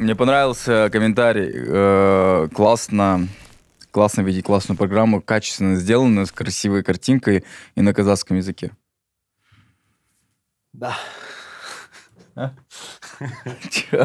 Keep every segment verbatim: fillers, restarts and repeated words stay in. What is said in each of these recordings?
Мне понравился комментарий. Э, классно, классно видеть классную программу, качественно сделанную, с красивой картинкой и на казахском языке. Да. А? Чё?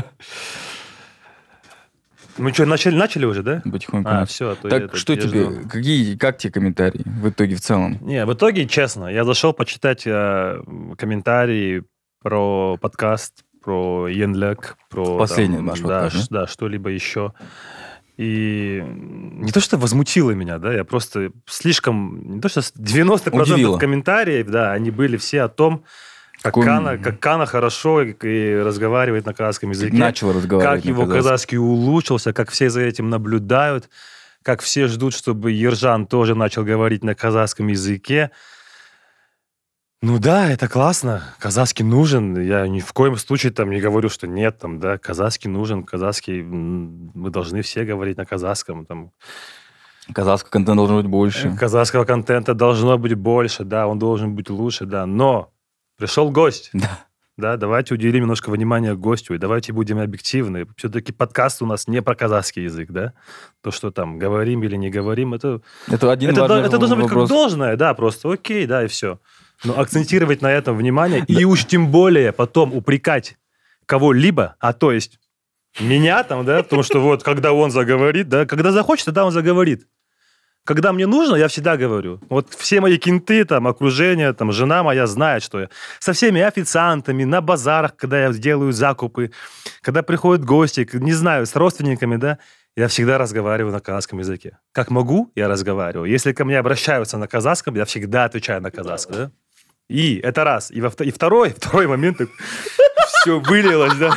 Мы что, начали, начали уже, да? Потихоньку. А, начали. все, а то Так я это- что я тебе, жду. какие, как тебе комментарии в итоге в целом? Не, в итоге, честно, я зашел почитать э, комментарии про подкаст, про Янляк, про... Последний там, наш да, подкаст, да? ш- да, что-либо еще. И не то, что возмутило меня, да, я просто слишком... Не то, что девяносто процентов Удивило. комментариев, да, они были все о том, как Какой- Кана, как Кана хорошо и, и разговаривает на казахском языке. Начал разговаривать Как на его казахском. казахский улучшился, как все за этим наблюдают, как все ждут, чтобы Ержан тоже начал говорить на казахском языке. Ну да, это классно. Казахский нужен. Я ни в коем случае там не говорю, что нет, там, да, казахский нужен, казахский, м, мы должны все говорить на казахском. Там, Казахского контента должно быть больше. казахского контента должно быть больше, да, он должен быть лучше, да. Но пришел гость. Да. Да, давайте уделим немножко внимания гостю, и давайте будем объективны. Все-таки подкаст у нас не про казахский язык, да? То, что там говорим или не говорим, это, Это один это, важный до- это должно быть как вопрос. должное, да, просто окей, да, и все. Но акцентировать на этом внимание, и уж тем более потом упрекать кого-либо, а то есть меня там, да, потому что вот когда он заговорит, да, когда захочет, тогда он заговорит. Когда мне нужно, я всегда говорю. Вот все мои кенты, там, окружение, там, жена моя знает, что я со всеми официантами, на базарах, когда я делаю закупы, когда приходят гости, не знаю, с родственниками, да, я всегда разговариваю на казахском языке. Как могу, я разговариваю. Если ко мне обращаются на казахском, я всегда отвечаю на казахском, да. И это раз. И, во, вто- и второй, второй момент, все вылилось, да.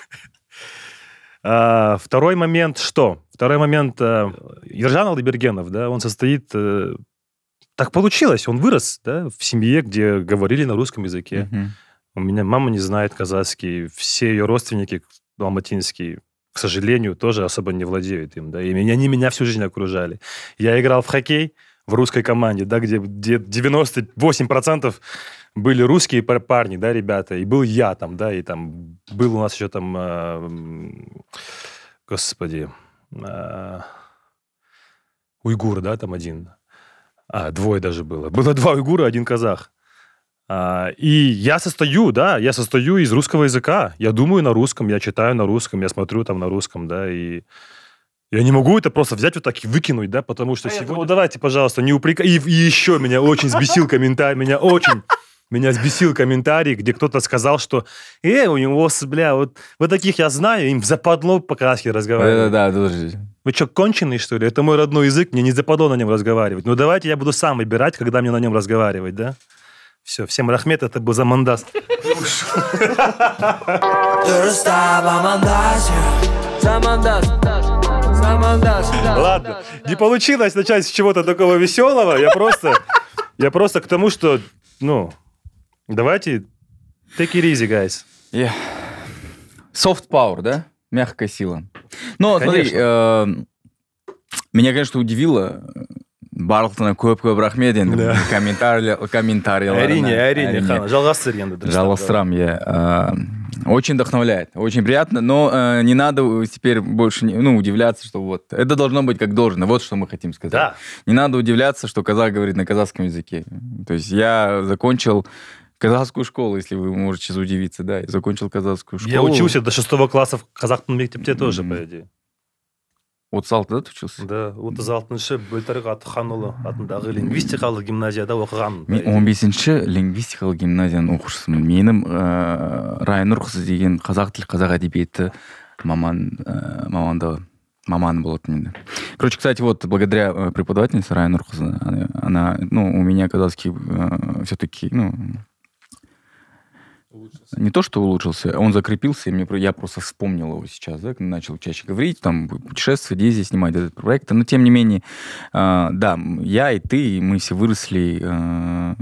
А, второй момент что? Второй момент, э, Ержан Алдыбергенов, да, он состоит... э, так получилось, он вырос, да, в семье, где говорили на русском языке. Мгм. У меня мама не знает казахский, все ее родственники алматинские, к сожалению, тоже особо не владеют им, да, и меня, они меня всю жизнь окружали. Я играл в хоккей в русской команде, да, где, где девяносто восемь процентов были русские пар- парни, да, ребята, и был я там, да, и там был у нас еще там, э, м, господи, э, уйгур, да, там один, а, двое даже было. Было два уйгура, один казах. А, и я состою, да, я состою из русского языка. Я думаю на русском, я читаю на русском, я смотрю там на русском, да, и я не могу это просто взять вот так и выкинуть, да, потому что сегодня... Вот давайте, пожалуйста, не упрекайте. И, и еще меня очень сбесил комментарий, меня очень... Меня сбесил комментарий, где кто-то сказал, что «Э, у него, с- бля, вот, вот таких я знаю, им западло по-казахски разговаривать». Да-да-да, тоже. Вы что, конченые, что ли? Это мой родной язык, мне не западло на нем разговаривать. Ну, давайте я буду сам выбирать, когда мне на нем разговаривать, да? Все, всем рахмет, это был Замандас. Ладно, не получилось начать с чего-то такого веселого. Я просто, я просто к тому, что, ну, давайте take it easy, guys. Yeah. Soft power, да? Мягкая сила. Но смотри, Конечно. э, меня, конечно, удивило. Барлықтарына көп-көп рахмет енді Да. комментарий- комментарийларына. Әрине, әрине, хан. Жалғастыр енді. дұрыстап. Жалғастырамын, я. Э, Очень вдохновляет, очень приятно, но э, не надо теперь больше не- ну, удивляться, что вот это должно быть как должно. Вот что мы хотим сказать. Да. Не надо удивляться, что казах говорит на казахском языке. То есть я закончил казахскую школу, если вы можете сейчас удивиться, да, я закончил казахскую школу. Я учился до шестого класса в казахском мектепте тоже, Мгм. по идее. отыз алтыда ты учился? Да, отыз алтыншы бөлтірік атханұлы атындағы лингвистикалық гимназияда оқыған. Мен он бесінші лингвистикалық гимназияның оқушысымын. Менің ә, Райан Нұрқызы деген қазақ тілі, қазақ әдебиеті маман, ә, мамандығы, маман болатын енді. Короче, кстати, вот благодаря э, преподавательнице Райан Нұрқызы, она, она, ну, у меня казахский э, все-таки, ну, не то, что улучшился, он закрепился, и мне, про- я просто вспомнил его сейчас, да, начал чаще говорить, там, путешествовать, ездить, снимать этот проект. Но, тем не менее, э, да, я и ты, мы все выросли э,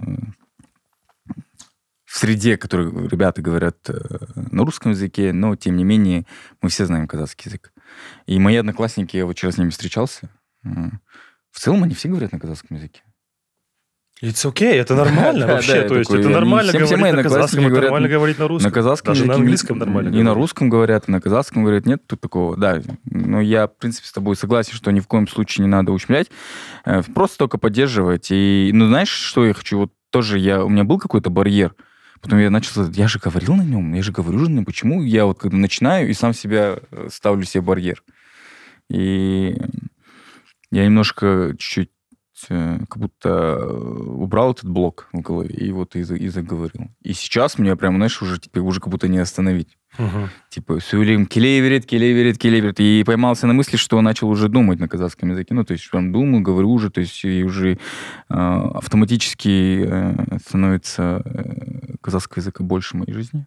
в среде, в которой ребята говорят э, на русском языке, но, тем не менее, мы все знаем казахский язык. И мои одноклассники, я вот вчера с ними встречался, э, в целом они все говорят на казахском языке. It's okay, это нормально Да, вообще. да, То есть такой, это они- нормально всем- всем говорить мои на казахском, одноклассники это говорят нормально говорить на русском. На казахском Даже на языке, английском нормально и на говорить. русском говорят, и на казахском говорят. Нет тут такого. Да, но я, в принципе, с тобой согласен, что ни в коем случае не надо ущемлять. Э, Просто только поддерживать. И, ну, знаешь, что я хочу? Вот тоже я, у меня был какой-то барьер. Потом я начал, я же говорил на нем, я же говорю же, ну, почему я вот когда начинаю и сам себя э, ставлю себе барьер. И я немножко чуть-чуть э, как будто э, убрал этот блок в голове и вот и, за- и заговорил. И сейчас меня прям, знаешь, уже теперь уже как будто не остановить. Мгм. Типа, сөйлейм, келей берет, келей берет, келей берет. И поймался на мысли, что начал уже думать на казахском языке. Ну, то есть, прям думаю, говорю уже, то есть, и уже э, автоматически э, становится э, казахского языка больше в моей жизни.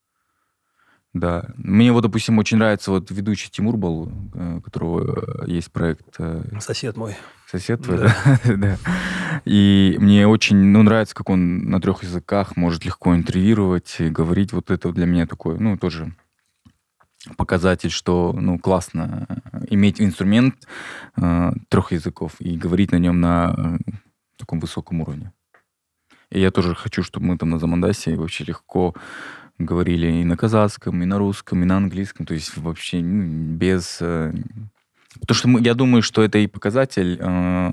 Да. Мне вот, допустим, очень нравится вот ведущий Тимур Балу, э, у которого э, есть проект э, Сосед мой. «Сосед твой», да? Да. И мне очень, ну, нравится, как он на трех языках может легко интервьюировать и говорить. Вот это для меня такой, ну, тоже показатель, что, ну, классно э, иметь инструмент э, трех языков и говорить на нем на э, таком высоком уровне. И я тоже хочу, чтобы мы там на Замандасе вообще легко говорили и на казахском, и на русском, и на английском. То есть вообще ну, без... э, Потому что мы- я думаю, что это и показатель э,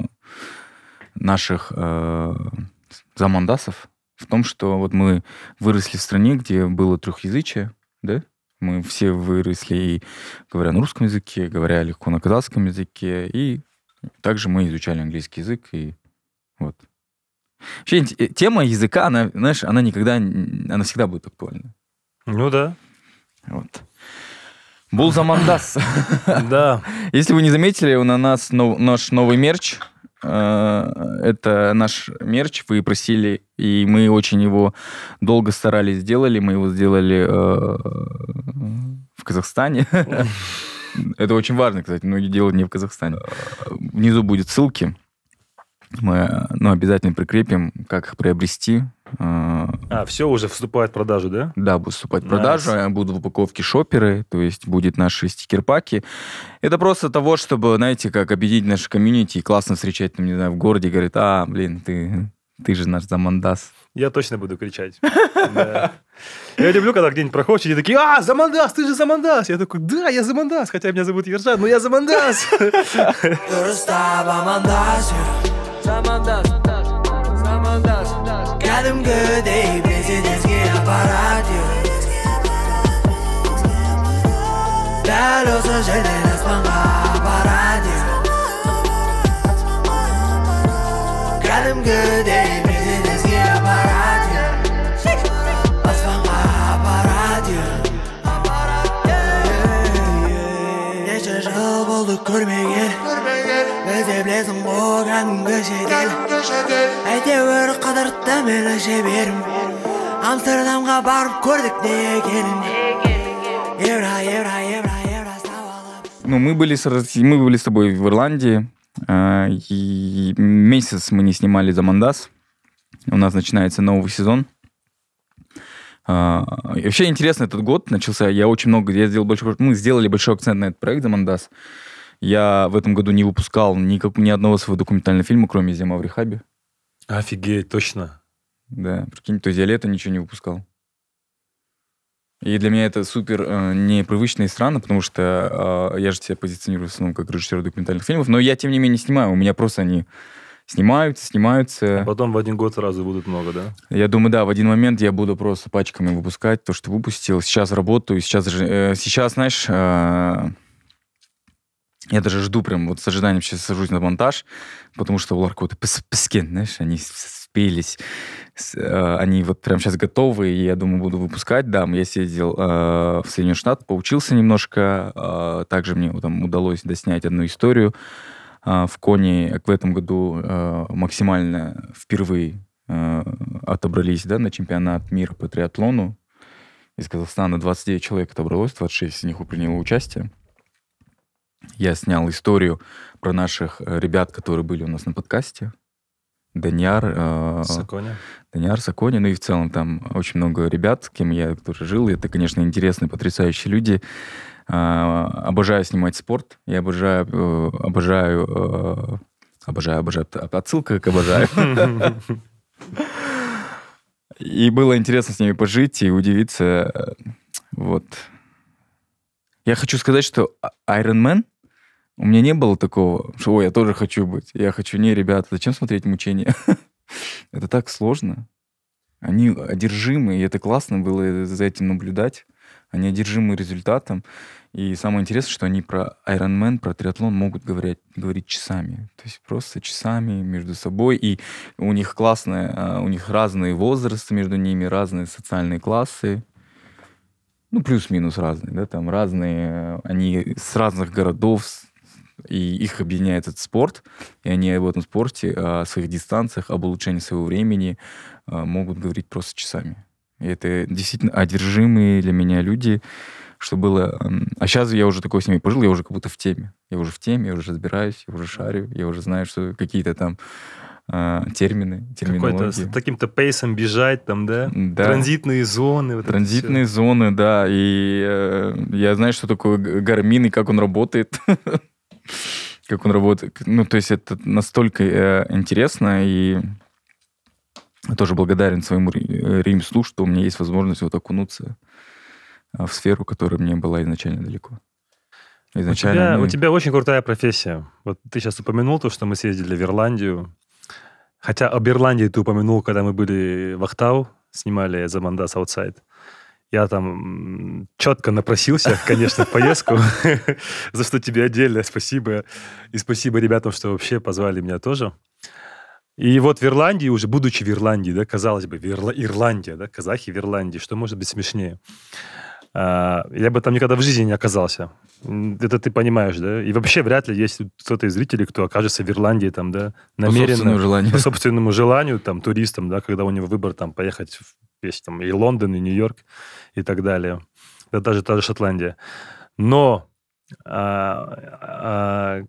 наших э, замандасов в том, что вот мы выросли в стране, где было трехязычие, да? Мы все выросли и говоря на русском языке, говоря легко на казахском языке, и также мы изучали английский язык, и вот. Вообще инте- э, тема языка, она, знаешь, она никогда, н- она всегда будет актуальна. Ну да. Вот. Был замандас. Да. Если вы не заметили, у нас нов- наш новый мерч. Э, Это наш мерч. Вы просили, и мы очень его долго старались сделали. Мы его сделали э, в Казахстане. Это очень важно, кстати, но делать не в Казахстане. Внизу будут ссылки. Мы ну, обязательно прикрепим, как их приобрести. Э, А, все уже вступает в продажу, да? Да, будут вступать в продажу, Nice. а будут в упаковке шоперы, то есть будет наши стикер-паки. Это просто того, чтобы, знаете, как объединить наше комьюнити и классно встречать, там, не знаю, в городе, говорит, а, блин, ты, ты же наш замандас. Я точно буду кричать. Да. Я люблю, когда где-нибудь проходишь, и такие, а, Замандас, ты же Замандас. Я такой, да, я Замандас, хотя меня зовут Ержан, но я Замандас. Dürüstə bamandaş Zamandaş Zamandaş Qədimгі deyib bizi dizgi aparat Dəl olsun жерден аспанға апарат Qədimгі deyib bizi dizgi aparat Аспанға апарат Неше жыл болды көрмеген Біз де білесің бұл кәдімгі шетел Әйтеуір қыдыртты мені шеберім Амстердамға барып көрдік не екенін Евро, евро, евро, евро ставалып Ну, мы были, с, Рос- мы были с тобой в Ирландии, э, и месяц мы не снимали замандас. У нас начинается новый сезон. А, и вообще интересно, этот год начался. Я очень много, я сделал большой, мы сделали большой акцент на этот проект «Замандас». Я в этом году не выпускал никак, ни одного своего документального фильма, кроме «Зима в рехабе». Офигеть, точно. Да, прикинь, то есть я лето ничего не выпускал. И для меня это супер э, непривычно и странно, потому что э, я же себя позиционирую в основном как режиссер документальных фильмов, но я, тем не менее, снимаю. У меня просто они снимаются, снимаются. А потом в один год сразу будут много, да? Я думаю, да, в один момент я буду просто пачками выпускать то, что выпустил. Сейчас работаю, сейчас, же, э, сейчас знаешь, э, я даже жду прям, вот с ожиданием сейчас сажусь на монтаж, потому что у Ларкота пескен, знаешь, они с- спелись, с- э, они вот прям сейчас готовы, и я думаю, буду выпускать. Да, я съездил э, в Соединенные Штаты, поучился немножко, э, также мне вот там удалось доснять одну историю э, в Коне. В этом году э, максимально впервые э, отобрались, да, на чемпионат мира по триатлону. Из Казахстана двадцать девять человек отобралось, двадцать шесть из них приняло участие. Я снял историю про наших э, ребят, которые были у нас на подкасте. Данияр, э, Саконя. Данияр, Сакони, ну и в целом там очень много ребят, с кем я тоже жил. Это, конечно, интересные, потрясающие люди. Э, обожаю снимать спорт. Я обожаю, э, обожаю, э, обожаю, обожаю. Отсылка к обожаю. И было интересно с ними пожить и удивиться. Вот. Я хочу сказать, что Iron Man, у меня не было такого, что ой, я тоже хочу быть. Я хочу, не, ребята, зачем смотреть мучения? Это так сложно. Они одержимы, и это классно было за этим наблюдать. Они одержимы результатом. И самое интересное, что они про Iron Man, про триатлон могут говорить, говорить часами. То есть просто часами между собой. И у них классные, у них разные возрасты между ними, разные социальные классы. Ну, плюс-минус разные, да, там разные, они с разных городов, и их объединяет этот спорт, и они об этом спорте, о своих дистанциях, об улучшении своего времени могут говорить просто часами. И это действительно одержимые для меня люди, что было... А сейчас я уже такой с ними пожил, я уже как будто в теме. Я уже в теме, я уже разбираюсь, я уже шарю, я уже знаю, что какие-то там а, термины, терминологии. Какой-то с таким-то пейсом бежать там, да? Да. Транзитные зоны. Вот Транзитные зоны, да. И э, я знаю, что такое Гармин и как он работает. Как он работает. Ну, то есть это настолько э, интересно, и я тоже благодарен своему ремеслу, что у меня есть возможность вот окунуться в сферу, которая мне была изначально далеко. Изначально, у, тебя, ну... у тебя очень крутая профессия. Вот ты сейчас упомянул то, что мы съездили в Ирландию. Хотя об Ирландии ты упомянул, когда мы были в Ахтау, снимали The Mandas Outside. Я там четко напросился, конечно, в поездку, за что тебе отдельное спасибо. И спасибо ребятам, что вообще позвали меня тоже. И вот в Ирландии, уже будучи в Ирландии, да, казалось бы, Ирландия, да, казахи в Ирландии, что может быть смешнее? Я бы там никогда в жизни не оказался. Это ты понимаешь, да? И вообще вряд ли есть кто-то из зрителей, кто окажется в Ирландии там, да, намеренно. По собственному желанию. По собственному желанию, там, туристам, да, когда у него выбор там поехать в есть, там, и Лондон, и Нью-Йорк, и так далее. Это даже та же Шотландия. Но а, а,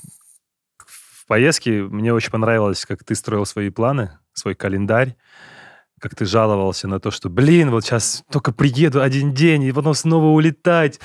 в поездке мне очень понравилось, как ты строил свои планы, свой календарь, как ты жаловался на то, что, блин, вот сейчас только приеду один день, и потом снова улетать.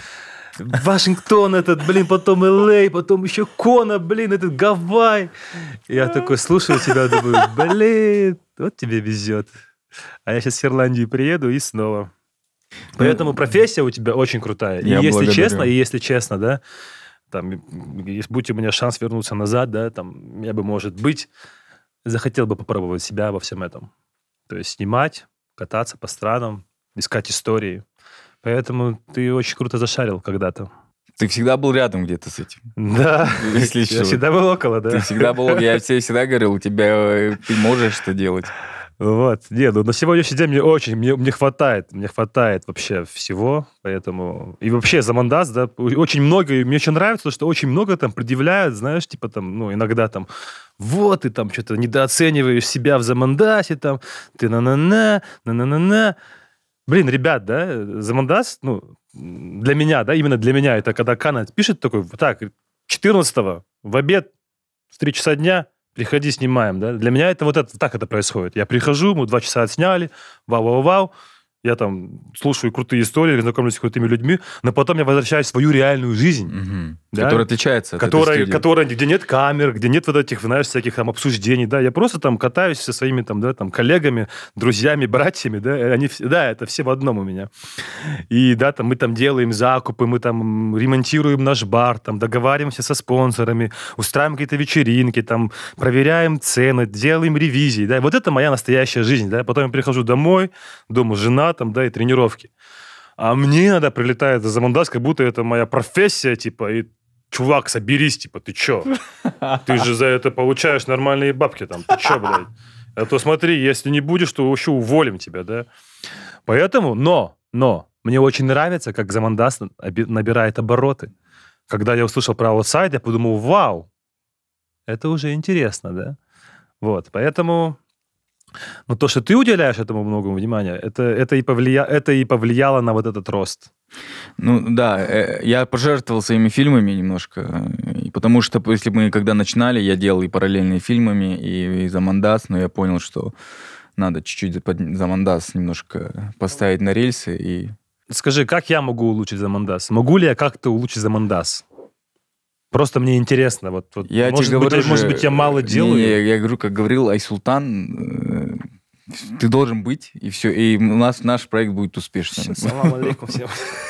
Вашингтон этот, блин, потом Эл Эй, потом еще Кона, блин, этот Гавайи. Я такой слушаю тебя, думаю, блин, вот тебе везет. А я сейчас с Ирландии приеду и снова. Поэтому профессия у тебя очень крутая. И я если благодарю. честно, и если честно, да, там, если будь у меня шанс вернуться назад, да, там, я бы, может быть, захотел бы попробовать себя во всем этом. То есть снимать, кататься по странам, искать истории. Поэтому ты очень круто зашарил когда-то. Ты всегда был рядом где-то с этим. Да, если я что. всегда был около, да. Ты всегда был около. Я тебе всегда говорил, у тебя ты можешь это делать. Вот. Нет, ну на сегодняшний день мне очень, мне, мне хватает, мне хватает вообще всего, поэтому... И вообще The Mandas, да, очень много, мне очень нравится, что очень много там предъявляют, знаешь, типа там, ну, иногда там, вот, ты там что-то недооцениваешь себя в The Mandas, там, ты на-на-на, на-на-на-на. Блин, ребят, да, The Mandas, ну, для меня, да, именно для меня, это когда Кана пишет такой, так, четырнадцатого в обед в три часа дня приходи, снимаем, да. Для меня это вот это, так это происходит. Я прихожу, мы два часа отсняли, вау-вау-вау, я там слушаю крутые истории, знакомлюсь с крутыми людьми, но потом я возвращаюсь в свою реальную жизнь. Угу. Да? Которая отличается от которая, этой студии. которая, где нет камер, где нет вот этих, знаешь, всяких там обсуждений, да. Я просто там катаюсь со своими там, да, там коллегами, друзьями, братьями, да. Они, да, это все в одном у меня. И, да, там мы там делаем закупы, мы там ремонтируем наш бар, там договариваемся со спонсорами, устраиваем какие-то вечеринки, там проверяем цены, делаем ревизии, да. Вот это моя настоящая жизнь, да. Потом я прихожу домой, дома жена, там, да, и тренировки. А мне иногда прилетает The Mandas, как будто это моя профессия, типа, и чувак, соберись, типа, ты чё? Ты же за это получаешь нормальные бабки, там, ты чё, блядь? А то смотри, если не будешь, то вообще уволим тебя, да? Поэтому, но, но, мне очень нравится, как The Mandas набирает обороты. Когда я услышал про Outside, я подумал, вау, это уже интересно, да? Вот, поэтому... Но то, что ты уделяешь этому много внимания, это, это, и повлия... это и повлияло на вот этот рост. Ну да, я пожертвовал своими фильмами немножко, потому что если мы когда начинали, я делал и параллельные фильмами, и, и The Mandas, но я понял, что надо чуть-чуть The Mandas немножко поставить на рельсы. И... Скажи, как я могу улучшить The Mandas? Могу ли я как-то улучшить The Mandas? Просто мне интересно. Вот, вот, я может, тебе быть, говорю, может быть, я мало делаю? Не, я говорю, как говорил Айсултан, Ты должен быть, и все. И у нас наш проект будет успешным. Салам алейкум всем.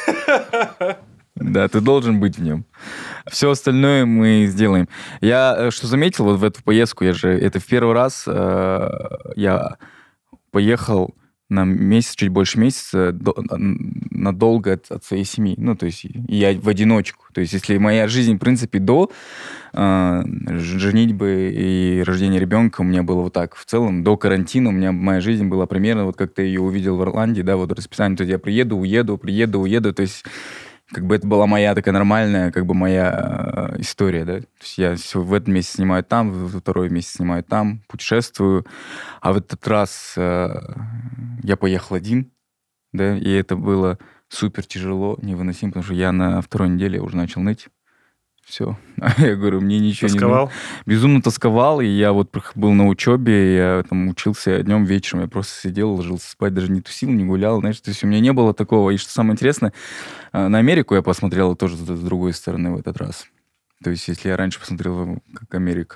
Да, ты должен быть в нем. Все остальное мы сделаем. Я что заметил вот в эту поездку, я же это в первый раз э, я поехал на месяц, чуть больше месяца, до, надолго от, от своей семьи. Ну, то есть я в одиночку. То есть если моя жизнь, в принципе, до э, женитьбы и рождения ребенка у меня было вот так. В целом, до карантина у меня моя жизнь была примерно вот как ты ее увидел в Ирландии, да, вот расписание. То есть я приеду, уеду, приеду, уеду. То есть как бы это была моя такая нормальная, как бы моя э, история, да. То есть я все в этом месяце снимаю там, во второй месяц снимаю там, путешествую. А в этот раз э, я поехал один, да, и это было супер тяжело, невыносимо, потому что я на второй неделе уже начал ныть. Все. Я говорю, мне ничего Тосковал? не нужно. Безумно тосковал, и я вот был на учебе, я там учился днем, вечером, я просто сидел, ложился спать, даже не тусил, не гулял, знаешь, то есть у меня не было такого. И что самое интересное, на Америку я посмотрел тоже с другой стороны в этот раз. То есть если я раньше посмотрел, как Америка,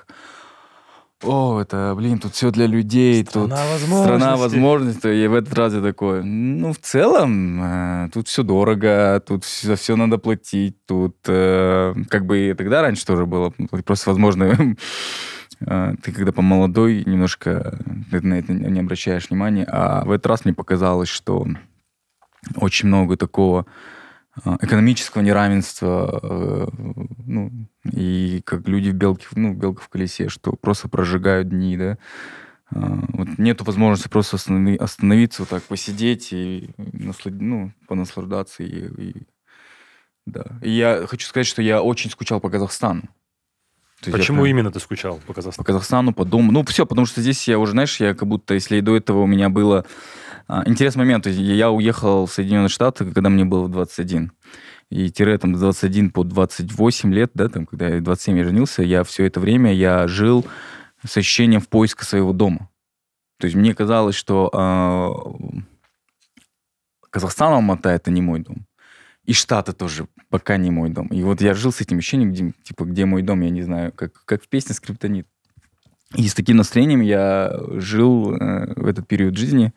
о, это, блин, тут все для людей, Страна тут возможностей. страна возможностей. И в этот раз я такой, ну, в целом, э, тут все дорого, тут за все надо платить, тут, э, как бы и тогда раньше тоже было, просто, возможно, э, ты когда помолодой, немножко ты на это не обращаешь внимания, а в этот раз мне показалось, что очень много такого экономического неравенства, э, ну, и как люди в белке, ну, белка в колесе, что просто прожигают дни, да. А, вот нету возможности просто останови, остановиться, вот так посидеть и наслад, ну, понаслаждаться. И, и, да. И я хочу сказать, что я очень скучал по Казахстану. То есть Почему прям, именно ты скучал по Казахстану? по Казахстану, по дому. Ну, все, потому что здесь я уже, знаешь, я как будто, если и до этого у меня было... А, интересный момент, то есть я уехал в Соединенные Штаты, когда мне было двадцать один. И тире там с двадцать один по двадцать восемь лет, да, там, когда я двадцать семь я женился, я все это время я жил с ощущением в поиске своего дома. То есть мне казалось, что э, Казахстан, Алмата — это не мой дом. И Штаты тоже пока не мой дом. И вот я жил с этим ощущением, где, типа, где мой дом, я не знаю, как, как в песне «Скриптонит». И с таким настроением я жил э, в этот период жизни.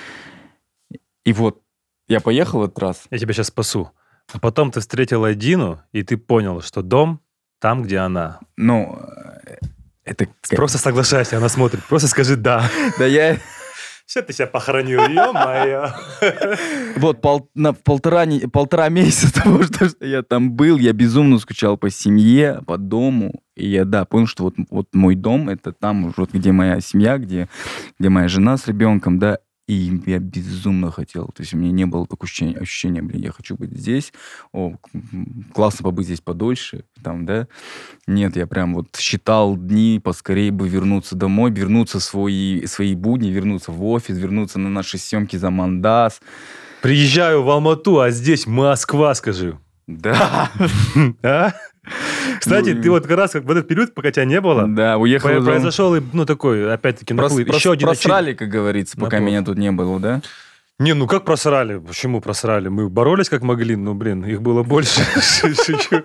И вот я поехал в этот раз. Я тебя сейчас спасу. А потом ты встретил Дину, и ты понял, что дом там, где она. Ну, это... Просто соглашайся, она смотрит. Просто скажи «да». Да я... Все, ты себя похоронил, ё-моё. Вот пол, на полтора, полтора месяца того, что, что я там был, я безумно скучал по семье, по дому. И я, да, понял, что вот, вот мой дом, это там, вот, где моя семья, где, где моя жена с ребенком, да. И я безумно хотел. То есть у меня не было такого ощущения, ощущения, блин, я хочу быть здесь. О, классно побыть здесь подольше. Там, да. Нет, я прям вот считал дни, поскорее бы вернуться домой, вернуться в свои, свои будни, вернуться в офис, вернуться на наши съемки за Мандас. Приезжаю в Алмату, а здесь Москва, скажи. Да. А? Кстати, ты вот как раз в этот период, пока тебя не было, да, уехал. Про- произошел, ну, такой, опять-таки, наплыв. Прос, Еще один просрали, как говорится, пока наплыв. меня тут не было, да? Не, ну как просрали? Почему просрали? Мы боролись как могли, ну, блин, их было больше. Шучу.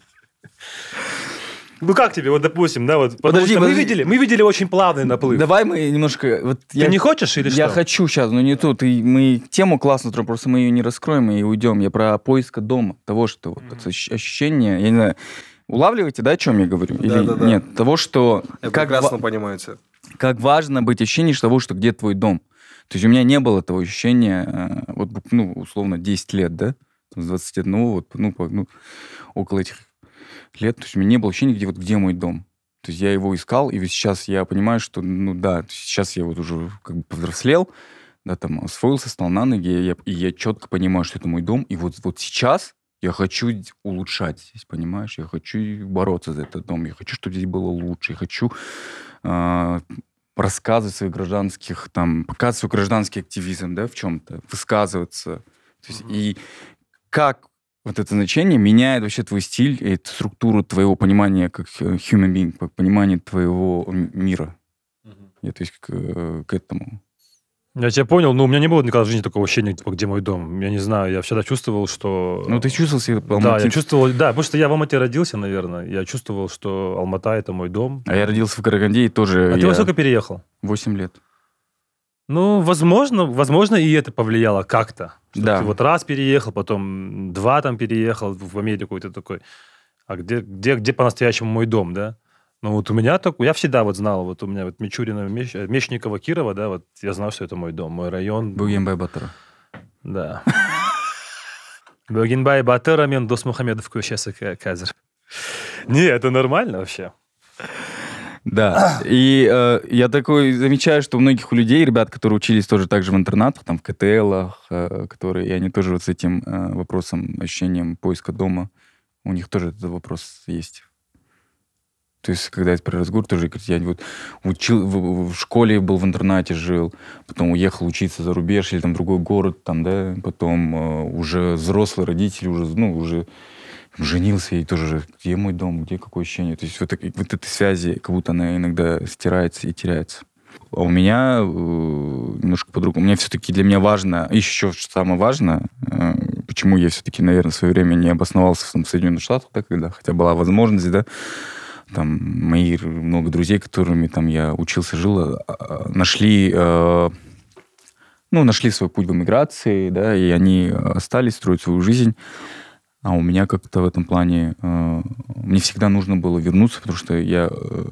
Ну как тебе, вот, допустим, да, вот, потому Подожди, что мы подожди. видели, мы видели очень плавный наплыв. Давай мы немножко... Вот Ты я, не хочешь или Я что? хочу сейчас, но не тут. И мы тему классно строим, просто мы ее не раскроем и уйдем. Я про поиск дома, того, что вот это ощущение, я не знаю, улавливаете, да, о чем я говорю? Или Да-да-да. нет? Того, что... Я как прекрасно ва- понимаю тебя. Как важно быть ощущением того, что где твой дом. То есть у меня не было того ощущения, э, вот, ну, условно, десять лет, да? С двадцати одного, вот, ну, по- ну, около этих лет. То есть у меня не было ощущения, где, вот, где мой дом. То есть я его искал, и вот сейчас я понимаю, что, ну да, сейчас я вот уже как бы повзрослел, да, там, освоился, стал на ноги, и я, и я четко понимаю, что это мой дом, и вот, вот сейчас я хочу улучшать здесь, понимаешь? Я хочу бороться за этот дом, я хочу, чтобы здесь было лучше, я хочу э, рассказывать своих гражданских, там, показывать свой гражданский активизм, да, в чем-то, высказываться. То есть, mm-hmm. И как вот это значение меняет вообще твой стиль и структуру твоего понимания как human being, как понимание твоего мира. Mm-hmm. Я, то есть, к, к этому. Я тебя понял, но у меня не было никогда в жизни такого ощущения, типа, где мой дом. Я не знаю, я всегда чувствовал, что... Ну, ты чувствовал себя по Да, Алмате? я чувствовал, да, потому что я в Алмате родился, наверное. Я чувствовал, что Алмата — это мой дом. А я родился в Караганде и тоже... А я... ты во сколько переехал? Восемь лет. Ну, возможно, возможно, и это повлияло как-то. Что Да. ты вот раз переехал, потом два там переехал в Америку, и ты такой, а где, где, где по-настоящему мой дом, да? Ну, вот у меня такой, я всегда вот знал, вот у меня вот Мичурина, Меч, Мечникова, Кирова, да, вот я знал, что это мой дом, мой район. Бөгенбай Батыр. Да. Бөгенбай Батыр мен Досмухамедов көшесі қазір. Не, это нормально вообще. Да, и э, я такой замечаю, что у многих у людей, ребят, которые учились тоже так же в интернатах, там в ка тэ элах, э, которые, и они тоже вот с этим э, вопросом, ощущением поиска дома, у них тоже этот вопрос есть. То есть, когда я про разговор, тоже говорит, я вот учил, в, в школе был, в интернате жил, потом уехал учиться за рубеж или там в другой город, там, да, потом э, уже взрослые родители, уже, ну, уже женился, и тоже, где мой дом, где какое ощущение. То есть вот, вот этой связи, как будто она иногда стирается и теряется. А у меня э, немножко по-другому. У меня все-таки для меня важно, еще что самое важное, э, почему я все-таки, наверное, в свое время не обосновался в, там, в Соединенных Штатах, да, когда хотя была возможность, да, там мои много друзей, которыми там я учился, жил, нашли, э, ну, нашли свой путь в эмиграции, да, и они остались строить свою жизнь. А у меня как-то в этом плане э, мне всегда нужно было вернуться, потому что я э,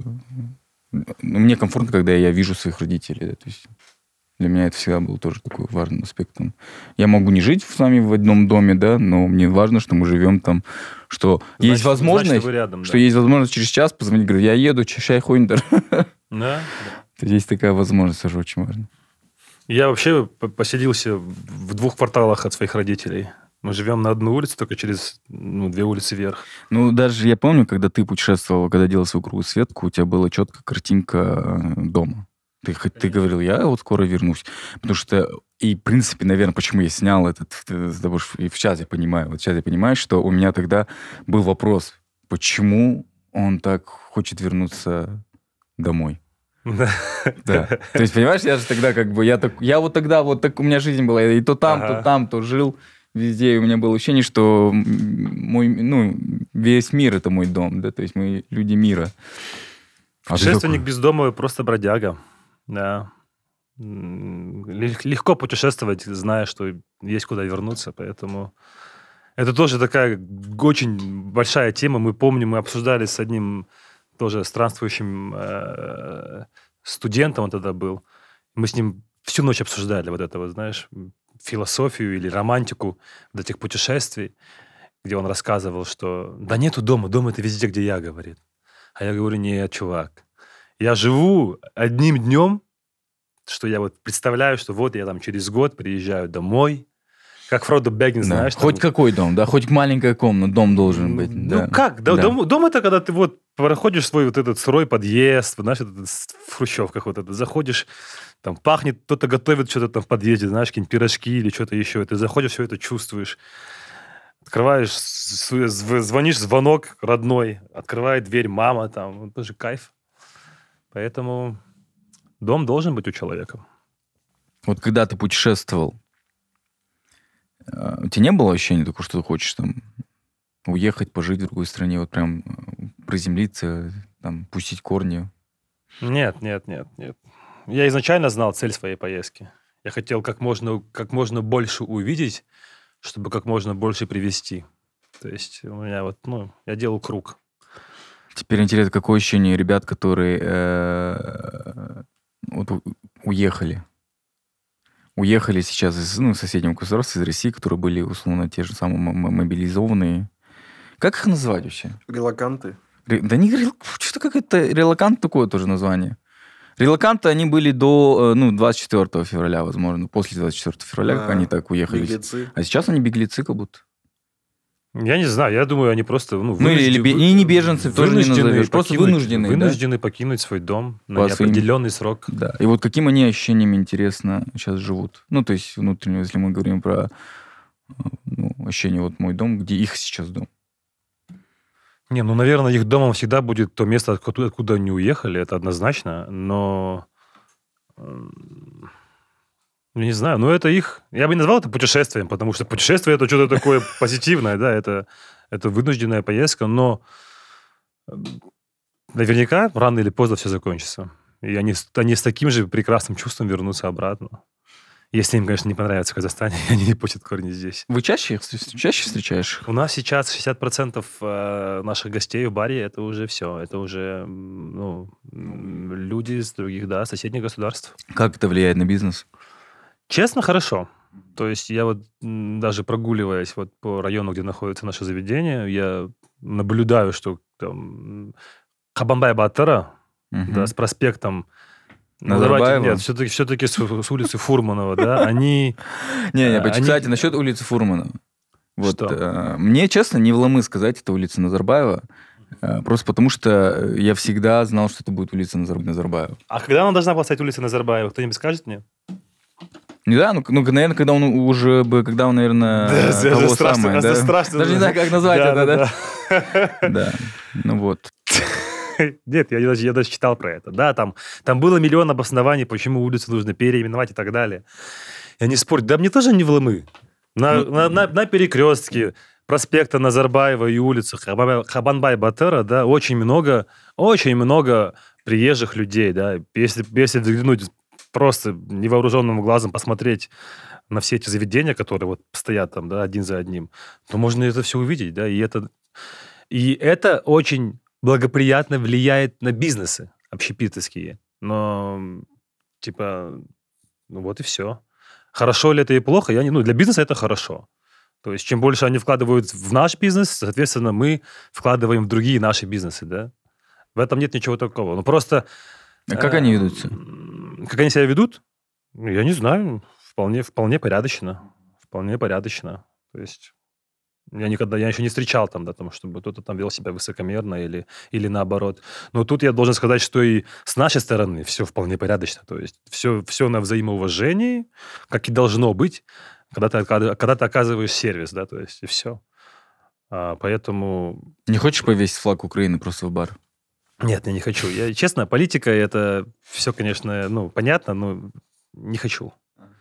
мне комфортно, когда я вижу своих родителей. Да, то есть для меня это всегда был тоже такой важным аспектом. Я могу не жить с вами в одном доме, да, но мне важно, что мы живем там, что Значит, есть возможность, значит, вы рядом, что да. есть возможность через час позвонить, говорить, я еду, чай хойндер. Да? Есть такая возможность, тоже очень важно. Я вообще поселился в двух кварталах от своих родителей. Мы живем на одной улице, только через ну, две улицы вверх. Ну, даже я помню, когда ты путешествовал, когда делал свою кругосветку, у тебя была четкая картинка дома. Ты, ты говорил, я вот скоро вернусь. Потому что, и в принципе, наверное, почему я снял этот, и сейчас я понимаю, вот сейчас я понимаю, что у меня тогда был вопрос, почему он так хочет вернуться домой. Да. Да. То есть, понимаешь, я же тогда как бы, я, так, я вот тогда, вот так у меня жизнь была, и то там, ага. то там, то жил везде, и у меня было ощущение, что мой, ну, весь мир — это мой дом, да, то есть мы люди мира. Путешественник без дома просто бродяга, да. Легко путешествовать, зная, что есть куда вернуться, поэтому это тоже такая очень большая тема. Мы помним, мы обсуждали с одним тоже странствующим э, студентом, он тогда был. Мы с ним всю ночь обсуждали вот это вот, знаешь, философию или романтику вот этих путешествий, где он рассказывал, что да нету дома, дом — это везде, где я, говорит. А я говорю, нет, чувак, я живу одним днем, что я вот представляю, что вот я там через год приезжаю домой, как Фродо Бэггинс, да. знаешь. Хоть там... какой дом, да, хоть маленькая комната, дом должен быть. Ну да. как, да, да. Дом, дом это когда ты вот проходишь свой вот этот сырой подъезд, знаешь, этот, в хрущевках вот это, заходишь, там пахнет, кто-то готовит что-то там в подъезде, знаешь, какие-нибудь пирожки или что-то еще, ты заходишь, все это чувствуешь. Открываешь, звонишь, звонок родной, открывает дверь мама, там, это же кайф. Поэтому дом должен быть у человека. Вот когда ты путешествовал, у тебя не было ощущения такого, что ты хочешь там уехать, пожить в другой стране, вот прям приземлиться, там, пустить корни? Нет, нет, нет, нет. Я изначально знал цель своей поездки. Я хотел как можно, как можно больше увидеть, чтобы как можно больше привезти. То есть у меня вот, ну, я делал круг. Теперь интересно, какое ощущение ребят, которые э, вот, уехали? Уехали сейчас из ну, соседнего государства, из России, которые были, условно, те же самые мобилизованные. Как их называть вообще? Релоканты. Ре, да не что-то какое-то релокант такое тоже название. Релоканты, они были до ну, двадцать четвёртого февраля, возможно, после двадцать четвёртого февраля, а, как они так уехали. Беглецы. А сейчас они беглецы как будто. Я не знаю, я думаю, они просто... Ну, ну или вы... и не беженцы тоже не назовешь, просто вынуждены. Вынуждены да? покинуть свой дом на По неопределенный своим... срок. Да, и вот каким они ощущениями, интересно, сейчас живут? Ну, то есть внутренне, если мы говорим про ну, ощущение, вот мой дом, где их сейчас дом? Не, ну, наверное, их домом всегда будет то место, откуда, откуда они уехали, это однозначно, но... Я не знаю, но это их... Я бы не назвал это путешествием, потому что путешествие — это что-то такое позитивное, да, это, это вынужденная поездка, но наверняка рано или поздно все закончится. И они, они с таким же прекрасным чувством вернутся обратно. Если им, конечно, не понравится в Казахстане, они не пустят корни здесь. Вы чаще их чаще встречаешь? У нас сейчас шестьдесят процентов наших гостей в баре, это уже все. Это уже ну, люди из других, да, соседних государств. Как это влияет на бизнес? Честно, хорошо. То есть я вот даже прогуливаясь вот по району, где находится наше заведение, я наблюдаю, что там Кабанбай-Батыра, угу. да, с проспектом Назарбаева? Нет, все-таки, все-таки с, с улицы Фурманова, да, они... Не, не, они... кстати, насчет улицы Фурманова. Вот, что? Э, мне, честно, не вломы сказать, это улица Назарбаева, э, просто потому что я всегда знал, что это будет улица Назар... Назарбаева. А когда она должна была стать улицей Назарбаева? Кто-нибудь скажет мне? Не да, ну, ну, наверное, когда он уже бы, когда он, наверное, да, того это страшно, самое, это да? страшно. Даже не знаю, как назвать да, это, да? Да, да. Ну вот. Нет, я даже, я даже читал про это. Да, там, там было миллион обоснований, почему улицу нужно переименовать и так далее. Я не спорю. Да мне тоже не вломы. На, ну, на, на, на перекрестке проспекта Назарбаева и улицы Кабанбай-Батыра, да, очень много, очень много приезжих людей, да. Если, если взглянуть просто невооруженным глазом, посмотреть на все эти заведения, которые вот стоят там, да, один за одним, то можно это все увидеть, да, и это, и это очень благоприятно влияет на бизнесы общепитовские. Но, типа, ну вот и все. Хорошо ли это и плохо? Я не, ну, для бизнеса это хорошо. То есть, чем больше они вкладывают в наш бизнес, соответственно, мы вкладываем в другие наши бизнесы, да. В этом нет ничего такого. Ну, просто... А как э- они ведутся? Как они себя ведут? Ну, я не знаю. Вполне, вполне порядочно. Вполне порядочно. То есть... Я никогда, я еще не встречал там, да, там, чтобы кто-то там вел себя высокомерно или, или наоборот. Но тут я должен сказать, что и с нашей стороны все вполне порядочно. То есть все, все на взаимоуважении, как и должно быть, когда ты, когда ты оказываешь сервис, да, то есть и все. А, поэтому... Не хочешь повесить флаг Украины просто в бар? Нет, я не хочу. Я, честно, политика, это все, конечно, ну, понятно, но не хочу.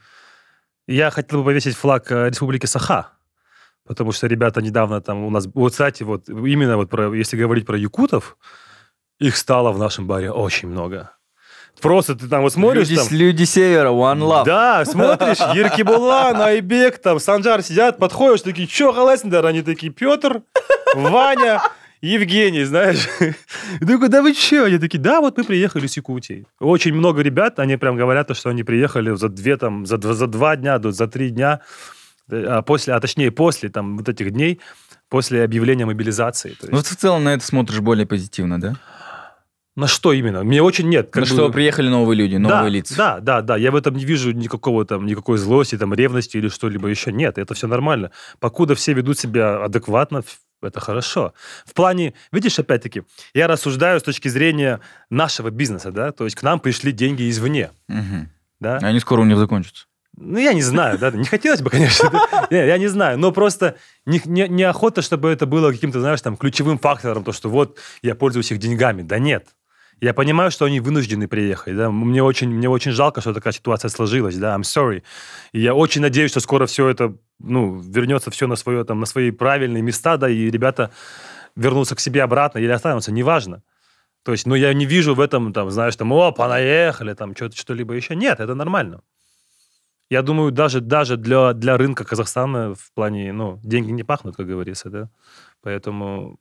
Я хотел бы повесить флаг Республики Саха. Потому что ребята недавно там у нас... Вот, кстати, вот именно вот про, если говорить про якутов, их стало в нашем баре очень много. Просто ты там вот смотришь... Люди, там, люди севера, one love. Да, смотришь, Еркебулан, Айбек, там, Санжар сидят, подходишь, такие, чё, Халасиндар? Они такие, Петр, Ваня, Евгений, знаешь. И такой, да вы чё? Они такие, да, вот мы приехали с Якутии. Очень много ребят, они прям говорят, что они приехали за две, там, за, за два дня, за три дня... А, после, а точнее после там, вот этих дней, после объявления мобилизации. То есть... Ну, в целом на это смотришь более позитивно, да? На что именно? Мне очень нет. На бы... что приехали новые люди, новые да, лица. Да, да, да. Я в этом не вижу никакого там, никакой злости, там, ревности или что-либо еще. Нет, это все нормально. Покуда все ведут себя адекватно, это хорошо. В плане, видишь, опять-таки, я рассуждаю с точки зрения нашего бизнеса, да, то есть к нам пришли деньги извне. Угу. Да? Они скоро у них закончатся. Ну, я не знаю, да, не хотелось бы, конечно, да? Я не знаю, но просто не, не, неохота, чтобы это было каким-то, знаешь, там, ключевым фактором, то, что вот я пользуюсь их деньгами. Да нет. Я понимаю, что они вынуждены приехать, да, мне очень, мне очень жалко, что такая ситуация сложилась, да, I'm sorry. И я очень надеюсь, что скоро все это, ну, вернется все на, свое, там, на свои правильные места, да, и ребята вернутся к себе обратно или останутся, неважно. То есть, ну, я не вижу в этом, там, знаешь, там, о, понаехали, там, что-то, что-либо еще. Нет, это нормально. Я думаю, даже, даже для, для рынка Казахстана в плане, ну, деньги не пахнут, как говорится, да. Поэтому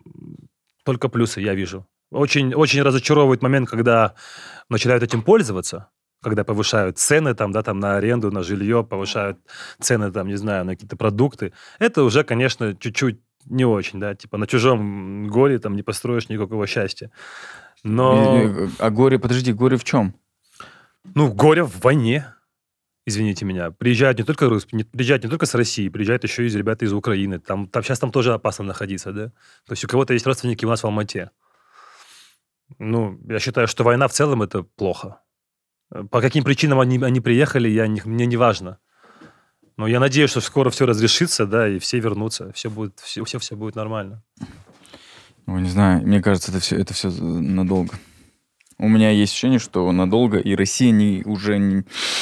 только плюсы я вижу. Очень, очень разочаровывает момент, когда начинают этим пользоваться, когда повышают цены там, да, там, на аренду, на жилье, повышают цены, там, не знаю, на какие-то продукты. Это уже, конечно, чуть-чуть не очень, да, типа на чужом горе там не построишь никакого счастья. Но... А горе, подожди, горе в чем? Ну, горе в войне. Извините меня, приезжают не только не, приезжают не только с России, приезжают еще и ребята из Украины. Там, там, сейчас там тоже опасно находиться, да? То есть у кого-то есть родственники у нас в Алмате. Ну, я считаю, что война в целом это плохо. По каким причинам они, они приехали, я, не, мне не важно. Но я надеюсь, что скоро все разрешится, да, и все вернутся. Все будет, все, все, все будет нормально. Ну, не знаю, мне кажется, это все, это все надолго. У меня есть ощущение, что надолго, и Россия не, уже не...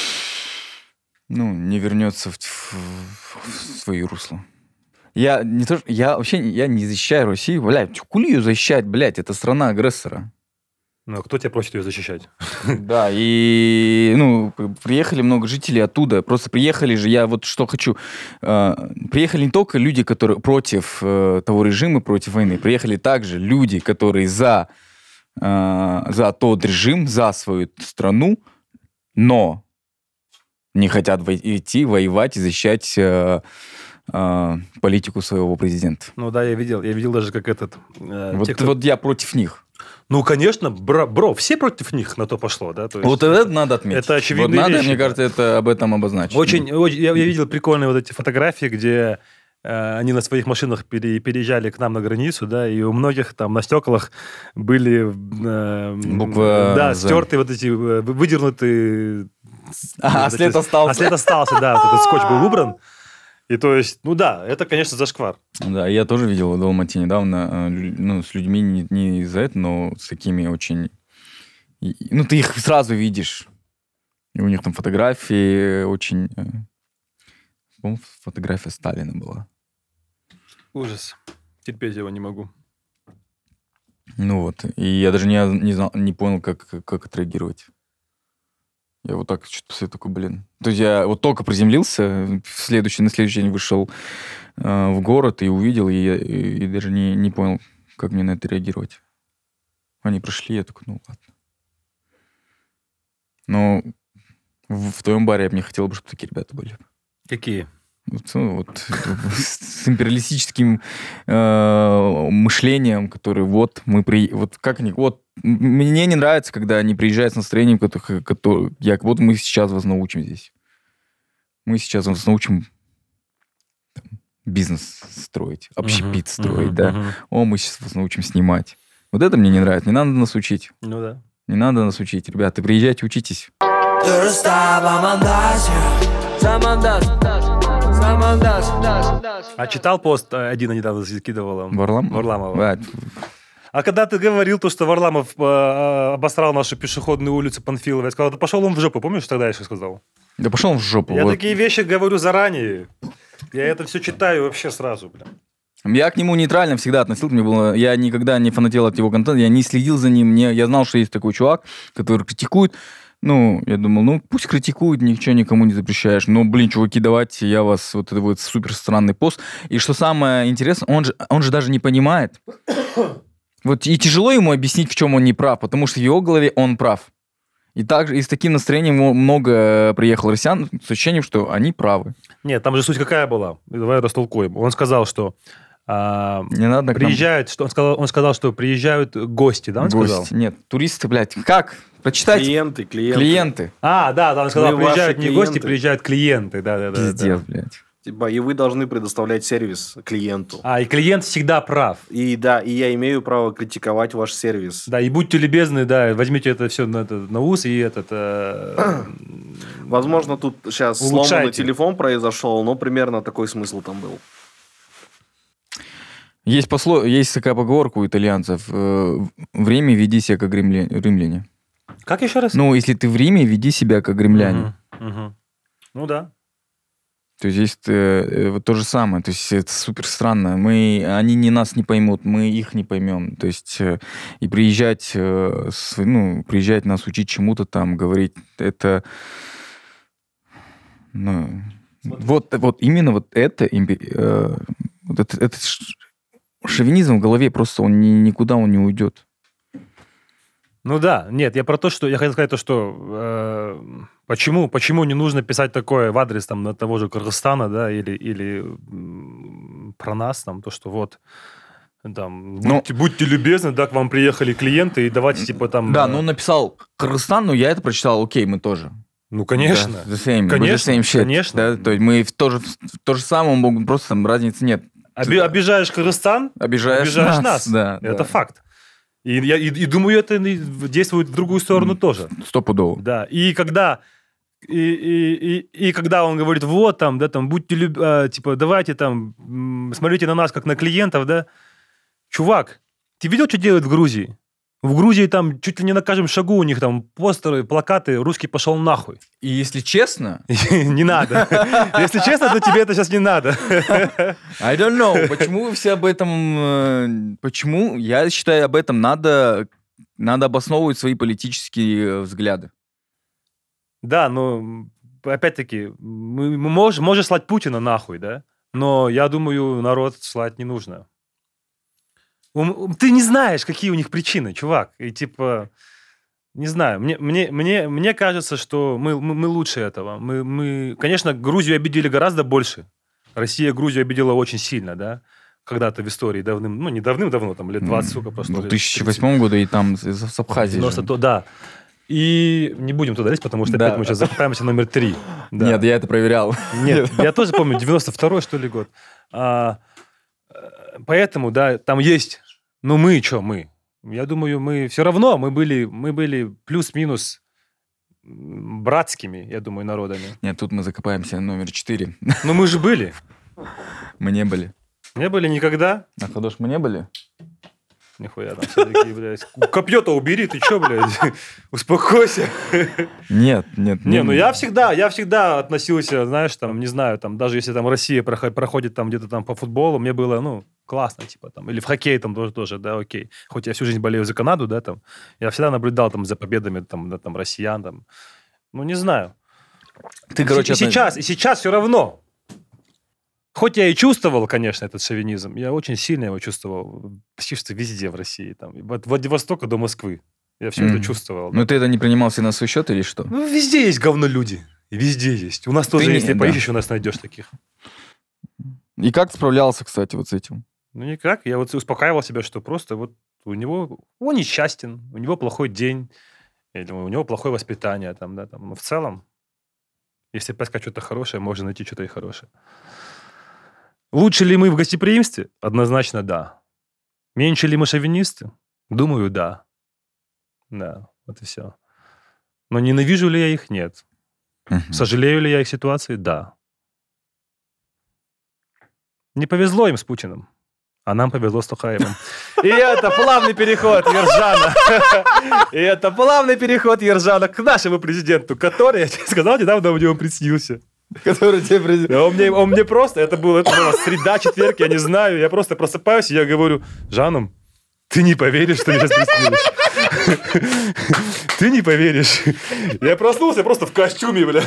ну, не вернется в, в, в свои русла. Я не то, я вообще я не защищаю Россию, блядь, хули ее защищать, блядь, это страна агрессора. Ну, кто тебя просит ее защищать? Да, и, ну, приехали много жителей оттуда. Просто приехали же, я вот что хочу. Э, приехали не только люди, которые против э, того режима, против войны. Приехали также люди, которые за, э, за тот режим, за свою страну, но не хотят во- идти воевать и защищать э, э, политику своего президента. Ну да, я видел. Я видел даже, как этот... э, Вот, те, кто- вот я против них. Ну, конечно, бро, бро, все против них на то пошло, да? То есть Вот это надо отметить. это очевидные Вот надо, вещи, мне да. кажется, это об этом обозначить. Очень, очень- я, я видел прикольные вот эти фотографии, где э, они на своих машинах пере- переезжали к нам на границу, да, и у многих там на стеклах были э, Буква да, «З». стертые вот эти, э, выдернутые... А, вот след эти- остался. А след остался, да, вот этот скотч был убран. И то есть, ну да, это, конечно, зашквар. Да, я тоже видел в Алмате недавно, э, лю- ну, с людьми не, не из-за этого, но с такими очень... и- Ну, ты их сразу видишь. И у них там фотографии очень... э, По-моему, фотография Сталина была. Ужас. Терпеть его не могу. Ну вот. И я даже не, не, знал, не понял, как, как отреагировать. Я вот так что-то после такой, блин. То есть я вот только приземлился, в следующий, на следующий день вышел э, в город и увидел, и, я- и, и даже не, не понял, как мне на это реагировать. Они прошли, я такой, ну ладно. Но в, в твоем баре я бы не хотел бы, чтобы такие ребята были. Какие? Вот, ну, вот, с империалистическим э, мышлением, который вот мы при... Вот как они... Вот м- мне не нравится, когда они приезжают с настроением, которых, который, я, вот мы сейчас вас научим здесь. Мы сейчас вас научим там, бизнес строить, общепит Мгм, строить, мгм, да. мгм. О, мы сейчас вас научим снимать. Вот это мне не нравится. Не надо нас учить. Ну да. Не надо нас учить. Ребята, приезжайте, учитесь. Дұрыс амандас Замандас Замандас А читал пост э, Адина недавно закидывала? Варлам? Варламова. Да. А когда ты говорил то, что Варламов э, э, обосрал нашу пешеходную улицу Панфилова, я сказал, да пошел он в жопу, помнишь, тогда я еще сказал? Да пошел он в жопу. Я вот. такие вещи говорю заранее. Я это все читаю вообще сразу, бля. Я к нему нейтрально всегда относился. Мне было, я никогда не фанател от его контента, я не следил за ним. Мне, я знал, что есть такой чувак, который критикует. Ну, я думал, ну, пусть критикует, ничего никому не запрещаешь. Но, блин, чуваки, давайте, я вас... Вот это вот супер странный пост. И что самое интересное, он же, он же даже не понимает. Вот и тяжело ему объяснить, в чем он не прав, потому что в его голове он прав. И также и с таким настроением много приехало россиян с ощущением, что они правы. Нет, там же суть какая была? Давай растолкуем. Он сказал, что а, Не надо к нам- приезжают, что он сказал, он сказал, что приезжают гости, да, он гости. сказал? Нет, туристы, блядь. Как? Прочитайте. Клиенты, клиенты. Клиенты. А, да, да, он сказал, Мы ваши приезжают не гости, клиенты. приезжают клиенты, да, да, да. Пиздец, да. блядь. Типа, и вы должны предоставлять сервис клиенту. А, и клиент всегда прав. И да, и я имею право критиковать ваш сервис. Да, и будьте любезны, да, возьмите это все на, это, на ус и этот... э, Возможно, тут сейчас Улучшайте. сломанный телефон произошел, но примерно такой смысл там был. Есть, посло... есть такая поговорка у итальянцев. э, Время веди себя как римля- римляне. Как еще раз? Ну, если ты в Риме, веди себя как римляне. Мгм, мгм. Ну да. То есть здесь э, э, вот то же самое. То есть это супер странно. Мы, они не нас не поймут, мы их не поймем. То есть э, и приезжать, э, с- ну, приезжать нас учить чему-то там, говорить, это... Ну, вот, вот именно вот это, импе- э, вот это, этот ш- шовинизм в голове просто он ни- никуда он не уйдет. Ну да, нет, я про то, что я хотел сказать то, что э, почему, почему не нужно писать такое в адрес там на того же Кыргызстана, да, или, или м, про нас там, то, что вот там, Ну- будьте, будьте любезны, да, к вам приехали клиенты, и давайте типа там... Да, э, ну он написал Кыргызстан, но я это прочитал, окей, мы тоже. ну конечно, Да, the same, Конечно, the same shit, конечно. да, то есть мы в то же, в то же самое, могут, просто там разницы нет. Оби- обижаешь Кыргызстан, Обижаешь, обижаешь нас, нас, да, это да. факт. И, я, и, и думаю, это и действует в другую сторону тоже. Стопудово. Да, и когда и, и, и, и когда он говорит, вот там, да, там, будьте люб... а, типа, давайте там, м, смотрите на нас как на клиентов, да, чувак, ты видел, что делают в Грузии? В Грузии там чуть ли не на каждом шагу у них там постеры, плакаты, русский пошел нахуй. И если честно, Не надо. Если честно, то тебе это сейчас не надо. I don't know, почему вы все об этом, э, почему, я считаю, об этом надо Надо обосновывать свои политические взгляды. Да, но опять-таки, мы, мы можем, можем слать Путина нахуй, да? Но я думаю, народ слать не нужно. Ты не знаешь, какие у них причины, чувак. И типа, не знаю, мне, мне, мне, мне кажется, что мы, мы, мы лучше этого. Мы, мы, конечно, Грузию обидели гораздо больше. Россия Грузию обидела очень сильно, да? Когда-то в истории давным, ну, не давным-давно, там, лет двадцать, сука, просто. В две тысячи восьмом году и там с Абхазией. девяносто, то, да. И не будем туда лезть, потому что да. опять мы сейчас закопаемся номер три. Да. Нет, я это проверял. Нет, я тоже помню, девяносто второй, что ли, год. А, поэтому, да, там есть... Ну, мы что, мы? Я думаю, мы все равно, мы были, мы были плюс-минус братскими, я думаю, народами. Нет, тут мы закопаемся номер четыре. Ну, мы же были. Мы не были. Не были никогда? На Ходош мы не были? Нихуя там все такие, блядь. Копье-то убери, ты что, блядь? Успокойся. Нет, нет. Не, ну я всегда, я всегда относился, знаешь, там, не знаю, там, даже если там Россия проходит там где-то там по футболу, мне было, ну, классно, типа, там, или в хоккей там тоже, тоже, да, окей. Хоть я всю жизнь болею за Канаду, да, там, я всегда наблюдал там за победами, там, да, там, россиян, там, ну, не знаю. Ты, короче... И, и сейчас, и сейчас все равно. Хоть я и чувствовал, конечно, этот шовинизм, я очень сильно его чувствовал почти что везде в России. Там, от Владивостока до Москвы. Я все mm. это чувствовал. Ну, да. Ты это не принимал себе на свой счет или что? Ну, везде есть говнолюди. Везде есть. У нас тоже, ты, если да. поищешь, у нас найдешь таких. И как ты справлялся, кстати, вот с этим? Ну, никак. Я вот успокаивал себя, что просто вот у него... Он несчастен, у него плохой день, или у него плохое воспитание. Там, да, там. Но в целом, если поискать что-то хорошее, можно найти что-то и хорошее. Лучше ли мы в гостеприимстве? Однозначно да. Меньше ли мы шовинисты? Думаю, да. Да, вот и все. Но ненавижу ли я их? Нет. Uh-huh. Сожалею ли я их ситуации? Да. Не повезло им с Путиным, а нам повезло с Тохаевым. И это плавный переход Ержана. И это плавный переход Ержана к нашему президенту, который, я тебе сказал, недавно у него приснился. Который тебе президент. Он мне, он мне просто, это было, это было среда, четверг, я не знаю, я просто просыпаюсь, и я говорю, Жаном, ты не поверишь, что мне сейчас приснилось. Ты не поверишь. Я проснулся просто в костюме, бля.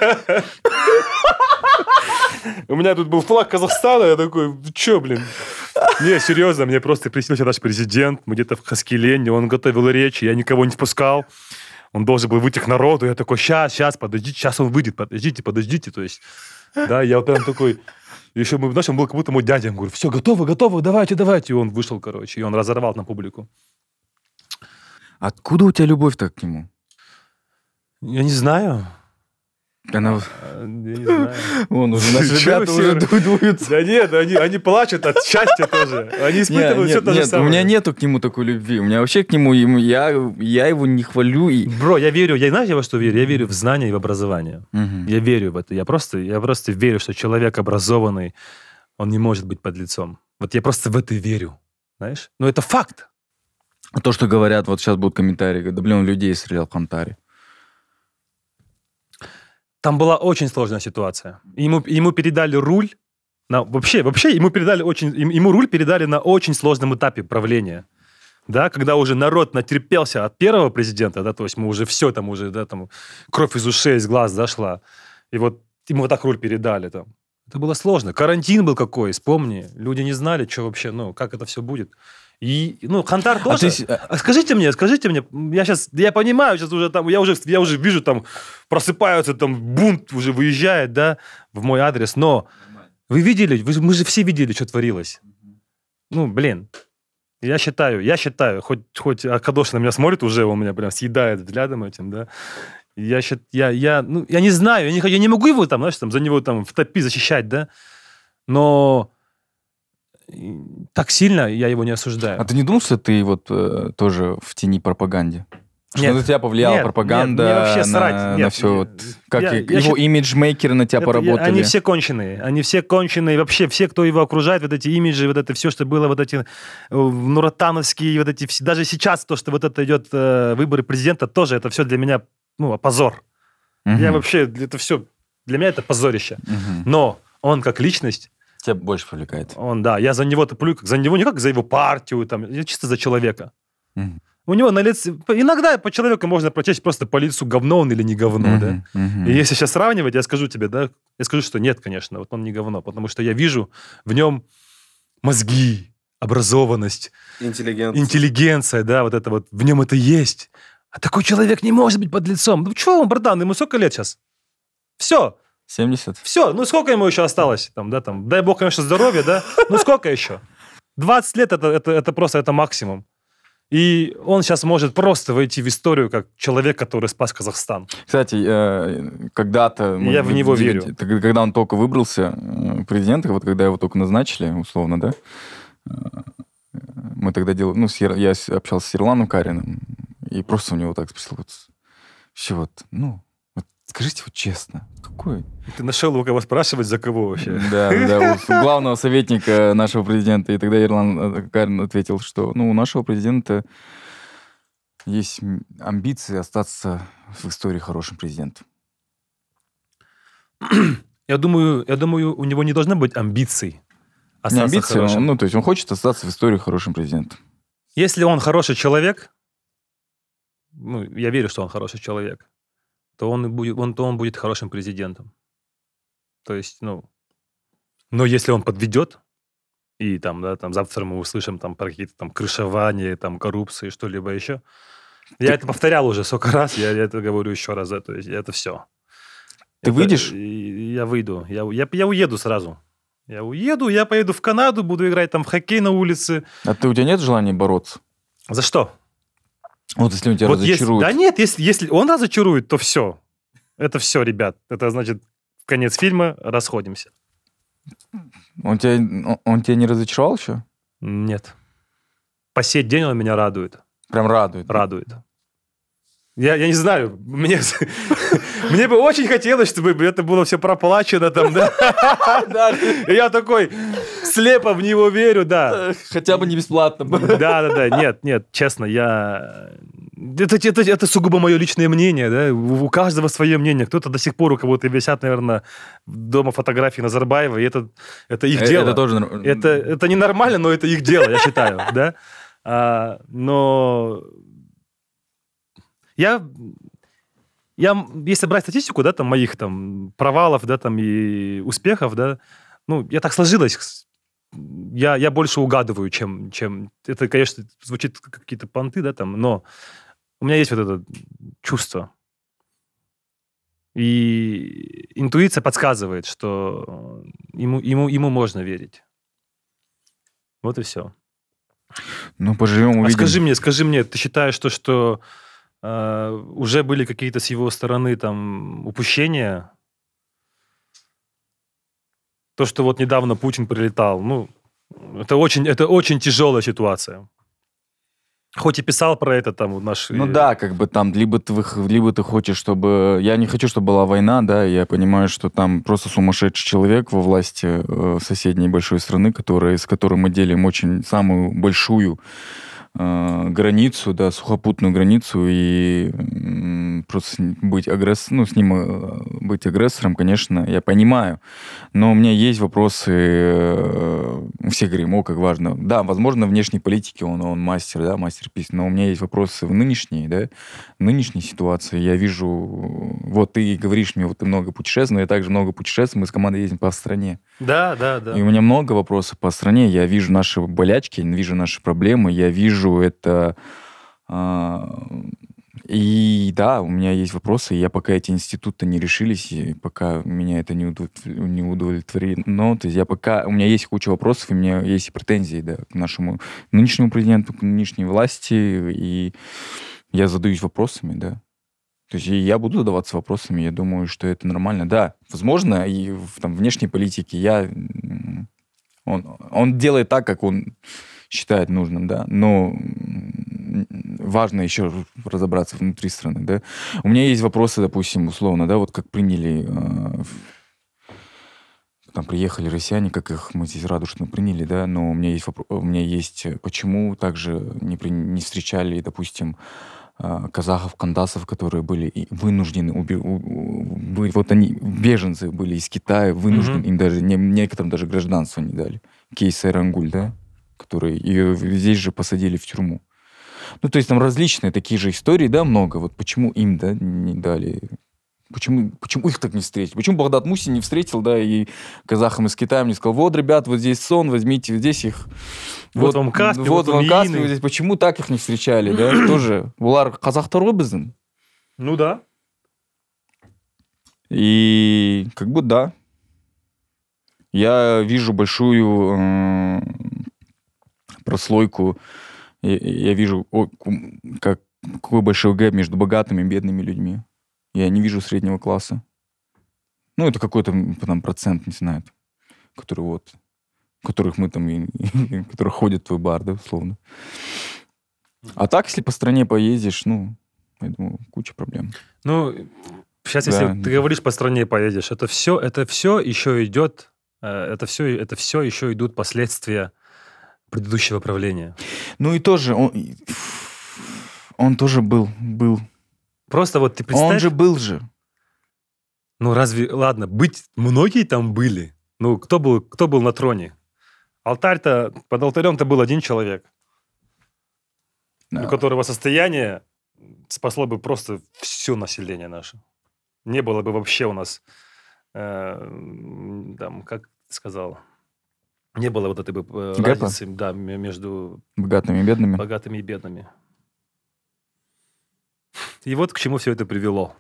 У меня тут был флаг Казахстана, я такой, чё, блин? Не, серьезно, мне просто приснился наш президент, мы где-то в Хаскелене, он готовил речь, я никого не впускал. Он должен был выйти к народу. Я такой, сейчас, сейчас, подождите, сейчас он выйдет, подождите, подождите. То есть, да, я прям такой... Еще, мы, знаешь, он был как будто мой дядя. Я говорю, все, готово, готово, давайте, давайте. И он вышел, короче, и он разорвал на публику. Откуда у тебя любовь-то к нему? Я не знаю. Она... Я не знаю. Вон уже наши ребята уже дуются. Да нет, они, они плачут от счастья тоже. Они испытывают нет, все то же нет, самое. У меня нету к нему такой любви. У меня вообще к нему, ему я, я его не хвалю. И... Бро, я верю, я знаешь, я во что верю? Я верю в знания и в образование. Угу. Я верю в это. Я просто, я просто верю, что человек образованный, он не может быть подлецом. Вот я просто в это верю. Знаешь? Но это факт. А то, что говорят, вот сейчас будут комментарии, говорят, да блин, он людей стрелял в Хантаре. Там была очень сложная ситуация. Ему, ему передали руль. На, вообще, вообще ему, передали очень, ему руль передали на очень сложном этапе правления. Да, когда уже народ натерпелся от первого президента, да, то есть мы уже все там, уже, да, там, кровь из ушей, из глаз зашла. И вот ему вот так руль передали. Там. Это было сложно. Карантин был какой, вспомни. Люди не знали, что вообще, ну, как это все будет. И, ну, Хантар тоже. А ты... а скажите мне, скажите мне, я сейчас, я понимаю, сейчас уже там, я уже, я уже вижу, там, просыпаются, там, бунт уже выезжает, да, в мой адрес, но вы видели, вы, мы же все видели, что творилось. Ну, блин, я считаю, я считаю, хоть, хоть Акадош на меня смотрит уже, он меня прям съедает взглядом этим, да, я, я, я, ну, я не знаю, я не, я не могу его там, знаешь, там, за него там в топи защищать, да, но... Так сильно я его не осуждаю. А ты не думал, что ты вот э, тоже в тени пропаганды? Что нет, на тебя повлияла нет, пропаганда, нет, вообще на, срать. на Нет, все, нет, вот, как я, его я счит... имиджмейкеры на тебя это, поработали? Я, они все конченые, они все конченые, вообще все, кто его окружает, вот эти имиджи, вот это все, что было, вот эти нуратановские, вот эти, даже сейчас то, что вот это идет, э, выборы президента, тоже это все для меня, ну, позор. Угу. Я вообще, это все, для меня это позорище. Угу. Но он как личность, тебя больше привлекает. Он, да, я за него топлю, как за него, не как за его партию, там, я чисто за человека. Mm. У него на лице... Иногда по человеку можно прочесть просто по лицу, говно он или не говно, Мгм, да? мгм. И если сейчас сравнивать, я скажу тебе, да, я скажу, что нет, конечно, вот он не говно, потому что я вижу в нем мозги, образованность, Интеллигент. интеллигенция, да, вот это вот, в нем это есть. А такой человек не может быть под лицом. Ну что он, братан, ему сколько лет сейчас? Все, семьдесят? все, ну сколько ему еще осталось? Там, да, там, дай бог, конечно, здоровья, да? Ну сколько еще? двадцать лет это, это, это просто это максимум. И он сейчас может просто войти в историю как человек, который спас Казахстан. Кстати, э, когда-то... мы Я в него де- верю. де- т- Когда он только выбрался э, президентом, вот когда его только назначили, условно, да, э, мы тогда делали... Ну, с Ер- я с- общался с Ерланом Кариным, и просто у него так спросил, вот, все вот, ну, вот скажите вот честно, какой... Ты нашел у кого спрашивать, за кого вообще? Да, да, вот у главного советника нашего президента. И тогда Ерлан э, Карин ответил, что ну, у нашего президента есть м- амбиции остаться в истории хорошим президентом. Я думаю, я думаю, у него не должно быть амбиций Не остаться амбиции, хорошим. он, ну, то есть он хочет остаться в истории хорошим президентом. Если он хороший человек, ну, я верю, что он хороший человек, то он, и будет, он, то он будет хорошим президентом. То есть, ну... Но если он подведет, и там, да, там завтра мы услышим там про какие-то там крышевания, там коррупции, что-либо еще. Я это повторял уже сколько раз, я, я это говорю еще раз, да, то есть это все. Ты Это- выйдешь? и- Я выйду. Я, я, я уеду сразу. Я уеду, я поеду в Канаду, буду играть там в хоккей на улице. А ты, у тебя нет желания бороться? За что? Вот если он тебя Вот если- разочарует. да нет, если, если он разочарует, то все. Это все, ребят. Это значит конец фильма, расходимся. Он, тебя, он, он тебя не разочаровал еще? Нет. По сей день он меня радует. Прям радует. Радует. Я, я не знаю, мне, мне бы очень хотелось, чтобы это было все проплачено там, да. И я такой слепо в него верю, да. Хотя бы не бесплатно. Да, да, да. Нет, нет, честно, я... Это, это, это сугубо мое личное мнение, да. У, у каждого свое мнение. Кто-то до сих пор, у кого-то висят, наверное, дома фотографии Назарбаева, и это, это их дело. Это тоже... нор- Это, это ненормально, но это их дело, я считаю, да. А, но я, я, если брать статистику, да, там моих там провалов, да, там и успехов, да, ну, я так сложилось. Я, я больше угадываю, чем, чем... Это, конечно, звучит как какие-то понты, да, там, но у меня есть вот это чувство. И интуиция подсказывает, что ему, ему, ему можно верить. Вот и все. Ну, поживем, увидим. А скажи мне, скажи мне, ты считаешь, то, что э, уже были какие-то с его стороны там упущения? То, что вот недавно Путин прилетал, ну, это очень, это очень тяжелая ситуация. Хоть и писал про это там наш... Ну да, как бы там, либо ты, вых- либо ты хочешь, чтобы... Я не хочу, чтобы была война, да, я понимаю, что там просто сумасшедший человек во власти э, соседней большой страны, которая, с которой мы делим очень самую большую э, границу, да, сухопутную границу, и м, просто с ним быть, агресс... ну, с ним э, быть агрессором, конечно, я понимаю, но у меня есть вопросы, э, все говорим, о, как важно. Да, возможно, в внешней политике он, он мастер, да, мастер-пис, но у меня есть вопросы в нынешней, да, в нынешней ситуации. Я вижу, вот ты говоришь мне, вот ты много путешествуешь, но я также много путешествую, мы с командой ездим по стране. Да, да, да. И у меня много вопросов по стране. Я вижу наши болячки, вижу наши проблемы, я вижу это... а, И да, у меня есть вопросы, и я пока эти институты не решились, и пока меня это не, удов- не удовлетворено, то есть я пока... У меня есть куча вопросов, и у меня есть и претензии, да, к нашему нынешнему президенту, к нынешней власти, и я задаюсь вопросами, да. То есть и я буду задаваться вопросами, я думаю, что это нормально. Да, возможно, и в там, внешней политике я... м, Он, он делает так, как он считает нужным, да, но м, важно еще разобраться внутри страны, да. У меня есть вопросы, допустим, условно, да, вот как приняли, э, в- там приехали россияне, как их мы здесь радушно приняли, да, но у меня есть, вопро- у меня есть э, почему также не, при- не встречали, допустим, э, казахов, кандасов, которые были и вынуждены уби- у- у- быть, вот они, беженцы были из Китая, вынуждены, Мгм. им даже, не- некоторым даже гражданство не дали. Кейс Сайрангуль, да, который ее здесь же посадили в тюрьму. Ну, то есть там различные такие же истории, да, много. Вот почему им, да, не дали... Почему, почему их так не встретили? Почему Багдад Муси не встретил, да, и казахам из Китая не сказал, вот, ребят, вот здесь сон, возьмите, вот здесь их... Вот вам Каспий, вот вот вам вам Каспий, Иины. вот здесь. Почему так их не встречали, да? Тоже. Булар казахтар ғой біздің. Ну да. И как бы да. Я вижу большую э, прослойку, я, я вижу, о, как, какой большой гэп между богатыми и бедными людьми. Я не вижу среднего класса. Ну, это какой-то там процент, не знаю, который вот, которых мы там, и, и, которые ходят в твой бар, да, условно. А так, если по стране поездишь, ну, я думаю, куча проблем. Ну, сейчас, Да. если ты говоришь по стране поедешь, это все, это все еще идет, э, это все, это все еще идут последствия предыдущего правления. Ну и тоже, он, он тоже был, был. Просто вот ты представь... Он же был же. Ну разве, ладно, быть, многие там были. Ну, кто был, кто был на троне? Алтарь-то, под алтарем-то был один человек, Да. у которого состояние спасло бы просто все население наше. Не было бы вообще у нас, э, там, как ты сказал, не было вот этой бы э, Гэпа? разницы, да, м- между Богатыми и бедными. богатыми и бедными. И вот к чему все это привело.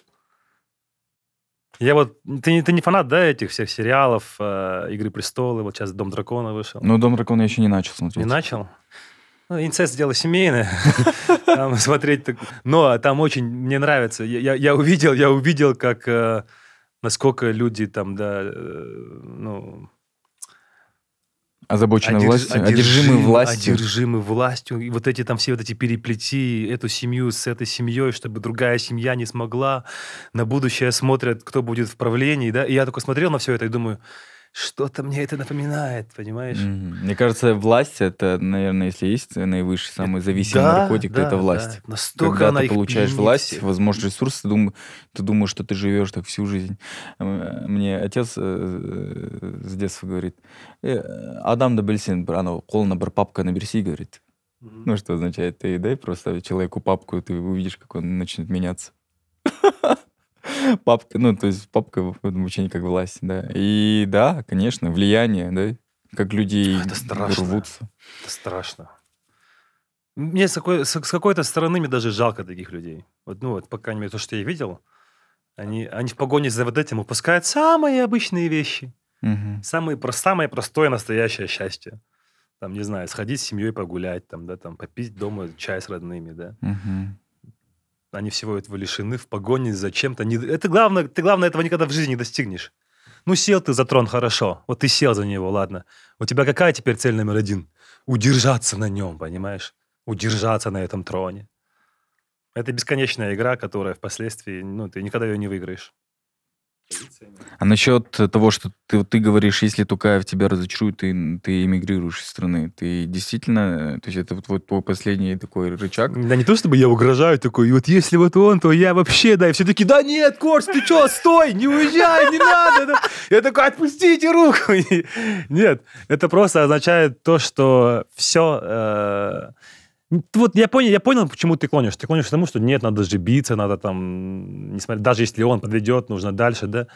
Я вот... Ты, не- ты не фанат, да, этих всех сериалов, э, «Игры престолов», вот сейчас «Дом дракона» вышел. Но «Дом дракона» я еще не начал смотреть. Не начал? Ну, инцест дело семейное. Там смотреть так... Но там очень мне нравится. Я, я- я увидел, я увидел, как э, насколько люди там, да, э, ну... Озабоченные одерж- властью, одержимы- одержимые властью. Одержимы властью. И вот эти там все вот эти переплети, эту семью с этой семьей, чтобы другая семья не смогла. На будущее смотрят, кто будет в правлении, да. И я только смотрел на все это и думаю, что-то мне это напоминает, понимаешь? Мгм. Мне кажется, власть это, наверное, если есть наивысший, самый зависимый Да, наркотик, то да, это да. власть. Настолько Когда она ты их получаешь пьянит власть, всех. возможно, ресурсы, ты, дум- ты думаешь, что ты живешь так всю жизнь. Э, Мне отец э, с детства говорит, «Э, адамды білсең, бір анау қолына бір папканы берси, говорит. Ну, что означает, ты дай просто человеку папку, ты увидишь, как он начнет меняться. Папка, ну, то есть папка в этом учении как власть, да. И да, конечно, влияние, да, как люди Это страшно. рвутся. Это страшно. Мне с, какой- с- с какой-то стороны мне даже жалко таких людей. Вот, ну вот, по крайней мере, то, что я видел, они, они в погоне за вот этим упускают самые обычные вещи. Мгм. Самые, про- самое простое настоящее счастье. Там, не знаю, сходить с семьей погулять, там, да, там, попить дома чай с родными, да. Мгм. Они всего этого лишены в погоне за чем-то. Не- Это главное, ты, главное, этого никогда в жизни не достигнешь. Ну, сел ты за трон, хорошо. Вот ты сел за него, ладно. У тебя какая теперь цель номер один? Удержаться на нем, понимаешь? Удержаться на этом троне. Это бесконечная игра, которая впоследствии, ну, ты никогда ее не выиграешь. А насчет того, что ты, вот ты говоришь, если Тукаев тебя разочарует, ты, ты эмигрируешь из страны. Ты действительно, то есть это вот, вот твой последний такой рычаг? Да не то, чтобы я угрожаю такой, и вот если вот он, то я вообще, да, и все таки да нет, Корж, ты что, стой, не уезжай, не надо. да». Я такой, отпустите руку. И нет, это просто означает то, что все... Вот я понял, я понял, почему ты клонишь. Ты клонишь к тому, что нет, надо же биться, надо там, несмотря, даже если он подведет, нужно дальше, да.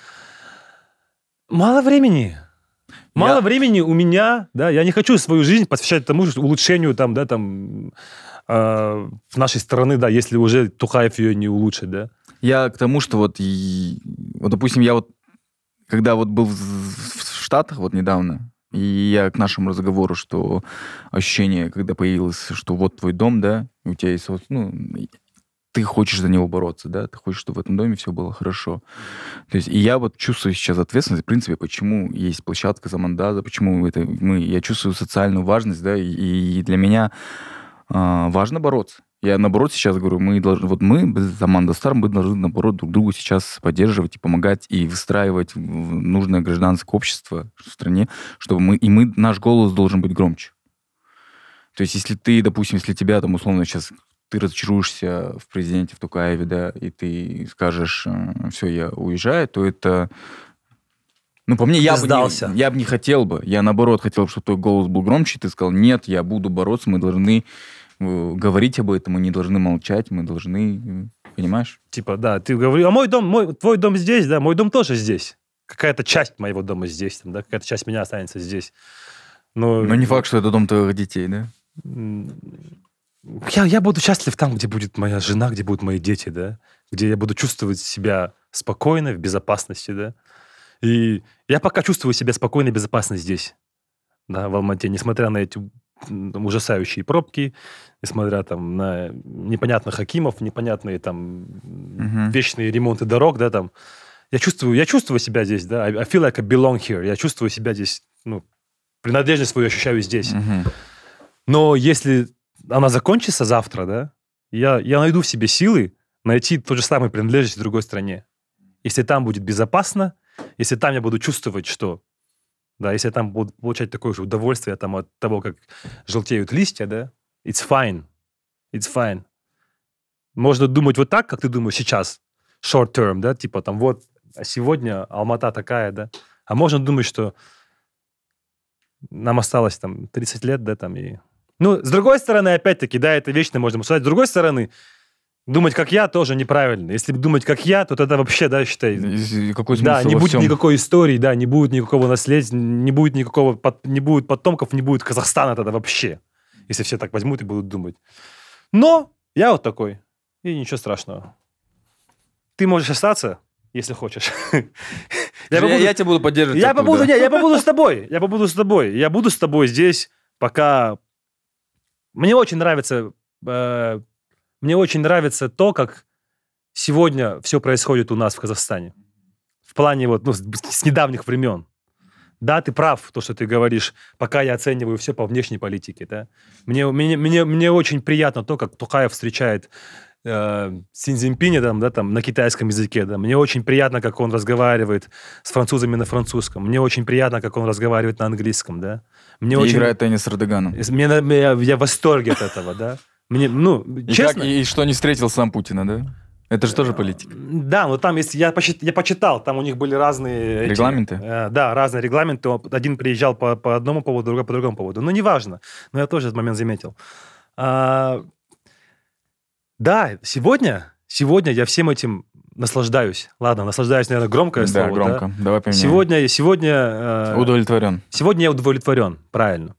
Мало времени. Мало Я- времени у меня, да, я не хочу свою жизнь посвящать тому, что улучшению там, да, там, э, в нашей страны, да, если уже Тухаев ее не улучшит, да. Я к тому, что вот, и- вот, допустим, я вот, когда вот был в, в Штатах вот недавно, и я к нашему разговору, что ощущение, когда появилось, что вот твой дом, да, и у тебя есть, вот, ну, и ты хочешь за него бороться, да, ты хочешь, чтобы в этом доме все было хорошо. То есть, и я вот чувствую сейчас ответственность, в принципе, почему есть площадка Замандаза, почему это мы, я чувствую социальную важность, да, и, и для меня а, важно бороться. Я, наоборот, сейчас говорю, мы должны, вот мы, Заманда Стар, мы должны, наоборот, друг другу сейчас поддерживать и помогать, и выстраивать в- нужное гражданское общество в стране, чтобы мы, и мы, наш голос должен быть громче. То есть, если ты, допустим, если тебя там, условно, сейчас ты разочаруешься в президенте, в Тукаеве, да, и ты скажешь, все, я уезжаю, то это... Ну, по мне, я бы, сдался. не, я бы не хотел бы. Я, наоборот, хотел бы, чтобы твой голос был громче, и ты сказал, нет, я буду бороться, мы должны э, говорить об этом, мы не должны молчать, мы должны... Понимаешь? Типа, да, ты говоришь, а мой дом, мой, твой дом здесь, да, мой дом тоже здесь. Какая-то часть моего дома здесь, там, да, какая-то часть меня останется здесь. Но, Но не факт, что это дом твоих детей, да? Я, я буду счастлив там, где будет моя жена, где будут мои дети, да, где я буду чувствовать себя спокойно, в безопасности, да. И я пока чувствую себя спокойно и безопасно здесь, да, в Алмате, несмотря на эти там, ужасающие пробки, несмотря там на непонятных хакимов, непонятные там Мгм. вечные ремонты дорог, да, там. Я чувствую, я чувствую себя здесь, да, I I feel like I belong here. Я чувствую себя здесь, ну, принадлежность свою ощущаю здесь. Мгм. Но если она закончится завтра, да, я, я найду в себе силы найти тот же самый принадлежность в другой стране. Если там будет безопасно, если там я буду чувствовать, что, да, если я там буду получать такое же удовольствие там, от того, как желтеют листья, да, it's fine, it's fine. Можно думать вот так, как ты думаешь сейчас, short term, да, типа там вот, а сегодня Алмата такая, да, а можно думать, что нам осталось там тридцать лет, да, там и... Ну, с другой стороны, опять-таки, да, это вечно можно обсуждать. С другой стороны, думать, как я, тоже неправильно. Если думать, как я, то тогда вообще, да, считай... И какой смысл Да, не во будет всем? никакой истории, да, не будет никакого наследия, не будет никакого... пот- Не будет потомков, не будет Казахстана тогда вообще. Если все так возьмут и будут думать. Но я вот такой. И ничего страшного. Ты можешь остаться, если хочешь. Я, побуду- я тебя буду поддерживать. я оттуда. побуду, не, я побуду с тобой. Я побуду с тобой. Я буду с тобой здесь, пока... Мне очень нравится... э, мне очень нравится то, как сегодня все происходит у нас в Казахстане. В плане вот, ну, с, с недавних времен. Да, ты прав, то, что ты говоришь, пока я оцениваю все по внешней политике. Да? Мне, мне, мне, мне очень приятно то, как Токаев встречает э, Си Цзиньпиня там, да, там, на китайском языке. Да? Мне очень приятно, как он разговаривает с французами на французском. Мне очень приятно, как он разговаривает на английском. Да? Мне И очень... играет теннис с Эрдоганом. Мне, на- я, я в восторге от этого, да. Мне, ну, И, честно... как- и что не встретил сам Путина, да? Это же тоже политика. Да, но там, если я, почит- я почитал, там у них были разные... эти, Регламенты? э, да, разные регламенты. Один приезжал по, по одному поводу, другой по другому поводу. Ну, неважно. Но я тоже этот момент заметил. А, да, сегодня, сегодня я всем этим наслаждаюсь. Ладно, наслаждаюсь, наверное, громкое Да, слово. да? громко. Давай поменяем. Сегодня, сегодня, э, Удовлетворен. сегодня я удовлетворен, правильно.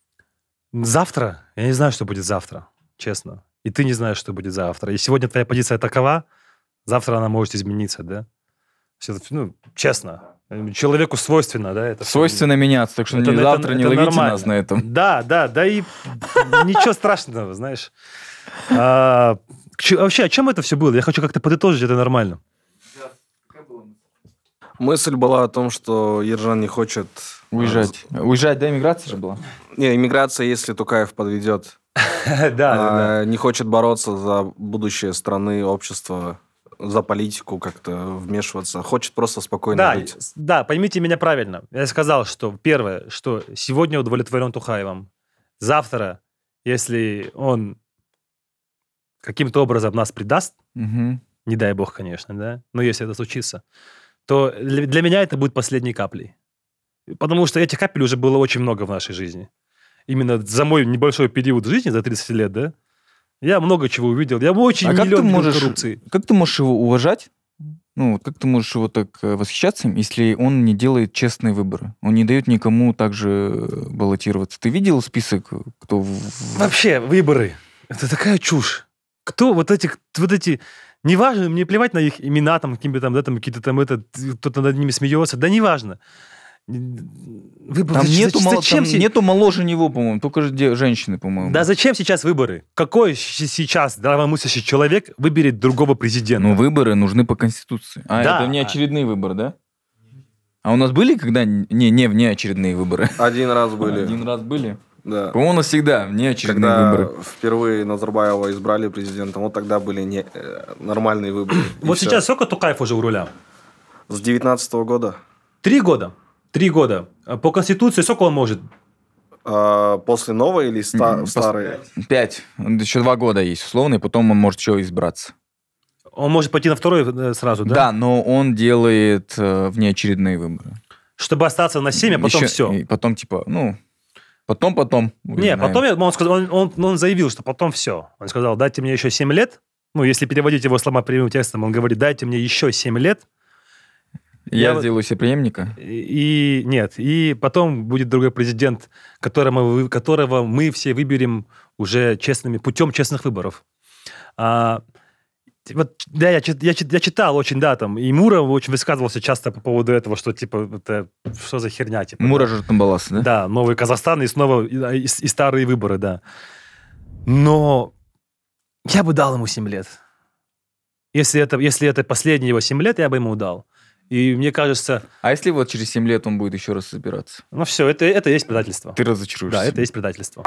Завтра, я не знаю, что будет завтра, честно. И ты не знаешь, что будет завтра. И сегодня твоя позиция такова, завтра она может измениться, да? Всё, ну, честно. Человеку свойственно, да? Это Свойственно меняться, так что это- не это- завтра не это ловите нормально. нас на этом. Да, да, да и ничего страшного, знаешь. А, ч- Вообще, о чем это все было? Я хочу как-то подытожить, это нормально. Мысль была о том, что Ержан не хочет... Уезжать. Уезжать, да, иммиграция же была? Не, иммиграция, если Токаев подведет. Да, да, да. А, не хочет бороться за будущее страны, общества, за политику как-то вмешиваться. Хочет просто спокойно Да, жить. с- да, поймите меня правильно. Я сказал, что первое, что сегодня удовлетворен Тухаевым. Завтра, если он каким-то образом нас предаст, Мгм. не дай бог, конечно, да, но если это случится, то для для меня это будет последней каплей. Потому что этих капель уже было очень много в нашей жизни. Именно за мой небольшой период жизни, за тридцать лет, да, я много чего увидел. Я очень А как ты миллион видел можешь- коррупции. Как ты можешь его уважать? Ну, вот как ты можешь его так э, восхищаться им, если он не делает честные выборы? Он не дает никому также э, баллотироваться. Ты видел список, кто... в- в- Вообще, выборы. Это такая чушь. Кто вот эти, вот эти... Неважно, мне плевать на их имена, там, какими там, да, там, какие-то там, это, кто-то над ними смеется. Да неважно. Выборы. Там Зач- нету, зач- мало- зачем там се- нету моложе него, по-моему, только же де- женщины, по-моему. Да зачем сейчас выборы? Какой щ- сейчас здравомыслящий человек выберет другого президента? Ну, выборы нужны по Конституции. А, Да. это внеочередные выборы, да? А у нас были когда... Не, не внеочередные выборы? Один раз были. Один раз были? Да. По-моему, у нас всегда внеочередные Когда выборы. впервые Назарбаева избрали президентом, вот тогда были не, э, нормальные выборы. И Вот всё. сейчас сколько Токаев уже у руля? С девятнадцатого года. Три года. Три года. А по Конституции сколько он может? А, после новой или ста- М, пос- старой? Пять. Еще два года есть, условно, и потом он может еще избраться. Он может пойти на второй э, сразу, да? Да, но он делает э, внеочередные выборы. Чтобы остаться на семь, а потом Еще- все. И потом, типа, ну, Потом, потом. Не, потом я, он, сказал, он, он, он заявил, что потом все. Он сказал, дайте мне еще семь лет. Ну, если переводить его слова прямым текстом, он говорит, дайте мне еще семь лет. Я, Я сделаю себе преемника. И, и нет, и потом будет другой президент, которого, которого мы все выберем уже честными, путем честных выборов. А, вот, да, я, я, я читал очень, да, там, и Муров очень высказывался часто по поводу этого, что, типа, это что за херня, типа. Мура да. Жартамбалас, да? Да, новый Казахстан и снова и, и, и старые выборы, да. Но я бы дал ему семь лет. Если это, если это последние его семь лет, я бы ему дал. И мне кажется... А если вот через семь лет он будет еще раз собираться? Ну все, это, это есть предательство. Ты разочаруешься. Да, это есть предательство.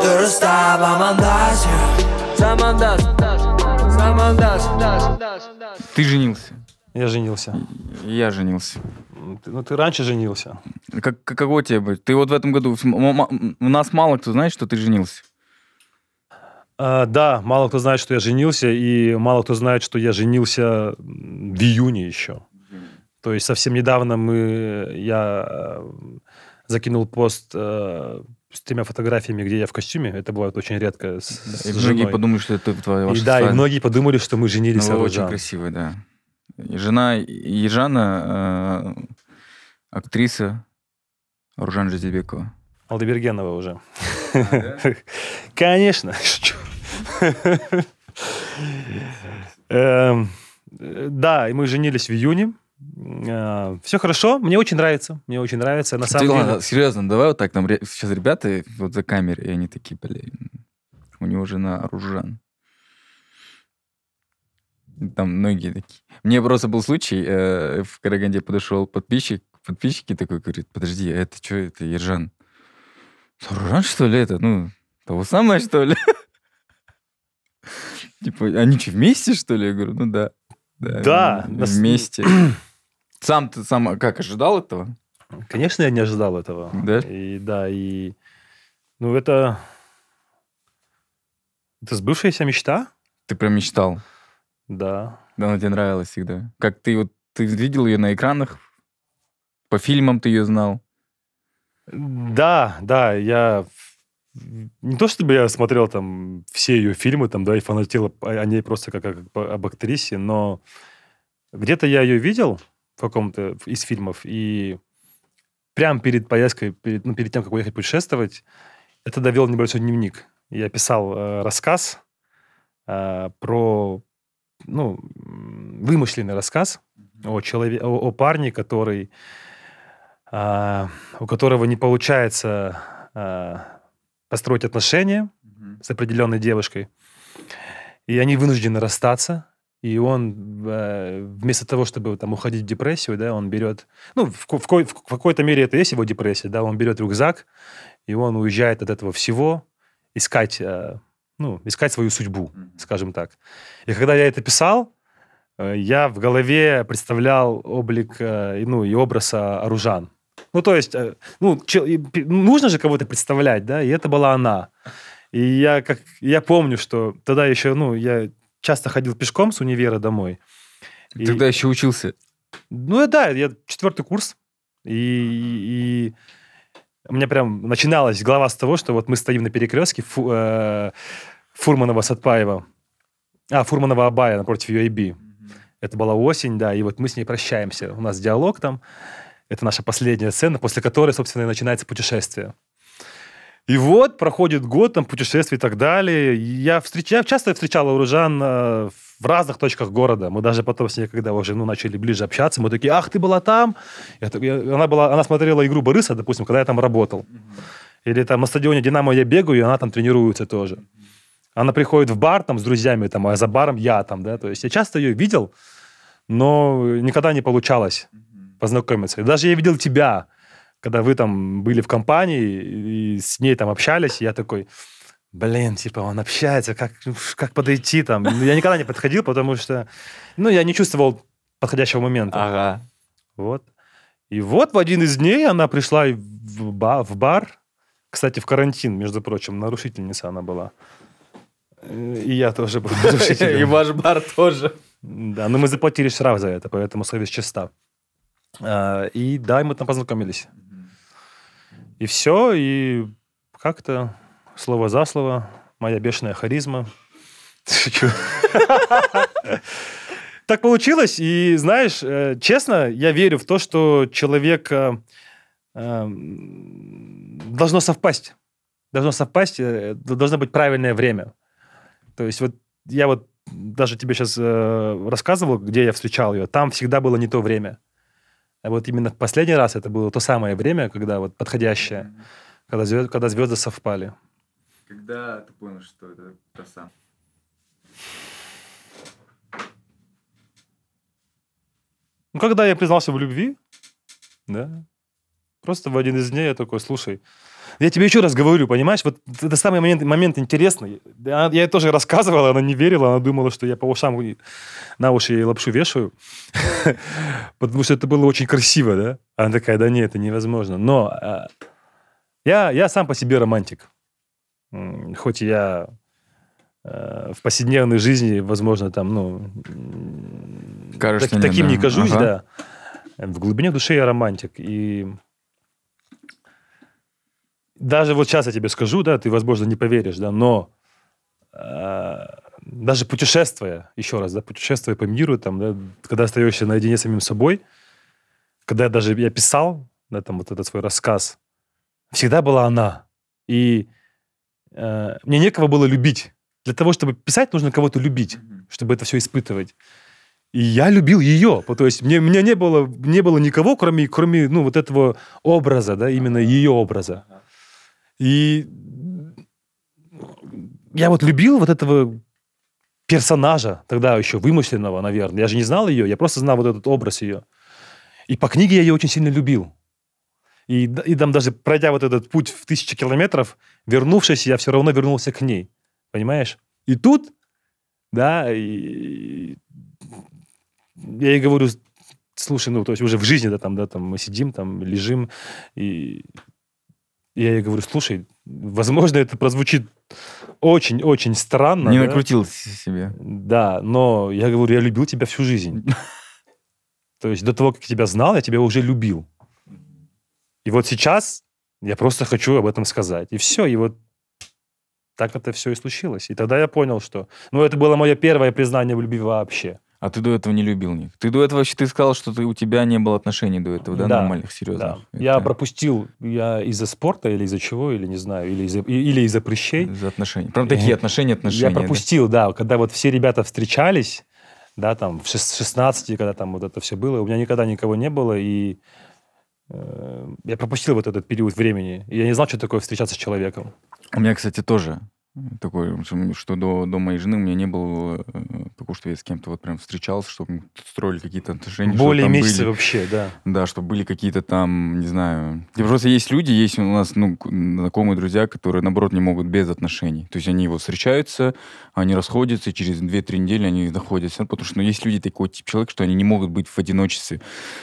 Ты женился. Я женился. Я женился. Ты, ну, ты раньше женился. Как, каково тебе быть? Ты вот в этом году... У нас мало кто знает, что ты женился. А, да, мало кто знает, что я женился, и мало кто знает, что я женился в июне еще. То есть совсем недавно мы, я закинул пост э, с тремя фотографиями, где я в костюме. Это бывает очень редко с, да, с и женой. многие подумали, что это твоя ваша И да, свадьба. и многие подумали, что мы женились. Ну, очень красивая, да. И жена Ежана, э, актриса Аружан Жазельбекова. Алдабергенова уже. А, да? Конечно. Да, и мы женились в июне. Все хорошо, мне очень нравится, мне очень нравится. На самом Ты, деле... ладно, серьезно, давай вот так, там ре- сейчас ребята вот за камерой, и они такие, блин, у него жена Аружан. Там многие такие. Мне просто был случай, э, в Караганде подошел подписчик, подписчики такой говорит, подожди, а это что, это Ержан? Аружан, что ли, это? Ну, того самое, что ли? Типа, они что, вместе, что ли? Я говорю, ну да. Да. Вместе. Сам ты сам как ожидал этого? Конечно, я не ожидал этого. Да? И да, и... Ну, это... Это сбывшаяся мечта. Ты прям мечтал? Да. Да, она тебе нравилась всегда. Как ты вот... Ты видел ее на экранах? По фильмам ты ее знал? Да, да, я... Не то, чтобы я смотрел там все ее фильмы, там, да, и фанател о ней просто как, как об актрисе, но где-то я ее видел в каком-то из фильмов, и прямо перед поездкой, перед, ну, перед тем, как уехать путешествовать, я тогда вел небольшой дневник. Я писал э, рассказ э, про, ну, вымышленный рассказ о, человек, о, о парне, который, э, у которого не получается... Э, построить отношения mm-hmm. с определенной девушкой, и они вынуждены расстаться, и он э, вместо того, чтобы там уходить в депрессию, да, он берет, ну, в, в, в, в какой-то мере это и есть его депрессия, да, он берет рюкзак, и он уезжает от этого всего искать, э, ну, искать свою судьбу, mm-hmm. скажем так. И когда я это писал, э, я в голове представлял облик, э, ну, и образ Аружан. Ну, то есть, ну, че, нужно же кого-то представлять, да, и это была она. И я, как, я помню, что тогда еще, ну, я часто ходил пешком с универа домой. И, тогда еще учился? Ну, да, я четвертый курс. И, и у меня прям начиналась глава с того, что вот мы стоим на перекрестке Фу, э, Фурманова-Сатпаева, а, Фурманова-Абая напротив ю эй би. Mm-hmm. Это была осень, да, и вот мы с ней прощаемся. У нас диалог там. Это наша последняя сцена, после которой, собственно, и начинается путешествие. И вот проходит год, там, путешествий и так далее. Я, встреч... я часто встречал Аружан э, в разных точках города. Мы даже потом с ней, когда уже ну, начали ближе общаться, мы такие, ах, ты была там? Я, я, она, была, она смотрела игру Бориса, допустим, когда я там работал. Mm-hmm. Или там на стадионе «Динамо» я бегаю, и она там тренируется тоже. Mm-hmm. Она приходит в бар там с друзьями, там, а за баром я там, да. То есть я часто ее видел, но никогда не получалось познакомиться. И даже я видел тебя, когда вы там были в компании и с ней там общались, и я такой, блин, типа, он общается, как, как подойти там? Я никогда не подходил, потому что, ну, я не чувствовал подходящего момента. Ага. Вот. И вот в один из дней она пришла в бар, в бар, кстати, в карантин, между прочим, нарушительница она была. И я тоже был нарушителем. И ваш бар тоже. Да, но мы заплатили штраф за это, поэтому совесть чиста. И да, мы там познакомились. И все, и как-то, слово за слово, моя бешеная харизма. Шучу. Так получилось, и, знаешь, э, честно, я верю в то, что человек э, э, должно совпасть. Должно совпасть, э, должно быть правильное время. То есть вот я вот даже тебе сейчас э, рассказывал, где я встречал ее, там всегда было не то время. А вот именно в последний раз это было то самое время, когда вот подходящее, mm-hmm. когда, звезд, когда звезды совпали. Когда ты понял, что это та самая? Ну, когда я признался в любви, да, просто в один из дней я такой, слушай, я тебе еще раз говорю, понимаешь, вот это самый момент, момент интересный. Я, я ей тоже рассказывал, она не верила, она думала, что я по ушам, на уши ей лапшу вешаю, потому что это было очень красиво, да. Она такая, да нет, это невозможно. Но я, я сам по себе романтик. Хоть я в повседневной жизни, возможно, там, ну, Кажется, так, нет, таким да. не кажусь, Ага. да. В глубине души я романтик. И даже вот сейчас я тебе скажу, да, ты, возможно, не поверишь, да, но э, даже путешествуя, еще раз, да, путешествуя по миру, там, да, когда остаешься наедине с самим собой, когда даже я писал, да, там, вот этот свой рассказ, всегда была она. И э, мне некого было любить. Для того, чтобы писать, нужно кого-то любить, mm-hmm. чтобы это все испытывать. И я любил ее. То есть мне, мне не, было, не было никого, кроме, кроме ну, вот этого образа, да, именно ее образа. И я вот любил вот этого персонажа, тогда еще вымышленного, наверное. Я же не знал ее, я просто знал вот этот образ ее. И по книге я ее очень сильно любил. И, и там даже пройдя вот этот путь в тысячи километров, вернувшись, я все равно вернулся к ней. Понимаешь? И тут, да, и я ей говорю, слушай, ну, то есть уже в жизни, да, там, да, там мы сидим, там, лежим, и я ей говорю, слушай, возможно, это прозвучит очень-очень странно. Не да? накрутил себе. Да, но я говорю, я любил тебя всю жизнь. То есть до того, как я тебя знал, я тебя уже любил. И вот сейчас я просто хочу об этом сказать. И все, и вот так это все и случилось. И тогда я понял, что... Ну, это было мое первое признание в любви вообще. А ты до этого не любил них? Ты до этого вообще, ты сказал, что ты, у тебя не было отношений до этого, да, Да, нормальных, серьезных? Да. Это... Я пропустил, я из-за спорта или из-за чего, или не знаю, или из-за, или из-за прыщей. Из-за отношений. Прям такие отношения, отношения. Я пропустил, да? да, когда вот все ребята встречались, да, там, в шестнадцати, когда там вот это все было, у меня никогда никого не было, и э, я пропустил вот этот период времени. И я не знал, что такое встречаться с человеком. У меня, кстати, тоже такое, что до, до моей жены у меня не было такого, что я с кем-то вот прям встречался, чтобы мы строили какие-то отношения. Более месяца были, вообще, да. Да, чтобы были какие-то там, не знаю... Просто есть люди, есть у нас ну, знакомые друзья, которые, наоборот, не могут без отношений. То есть они вот встречаются, они расходятся, и через две-три недели они находятся. Потому что ну, есть люди такой тип человек, что они не могут быть в одиночестве.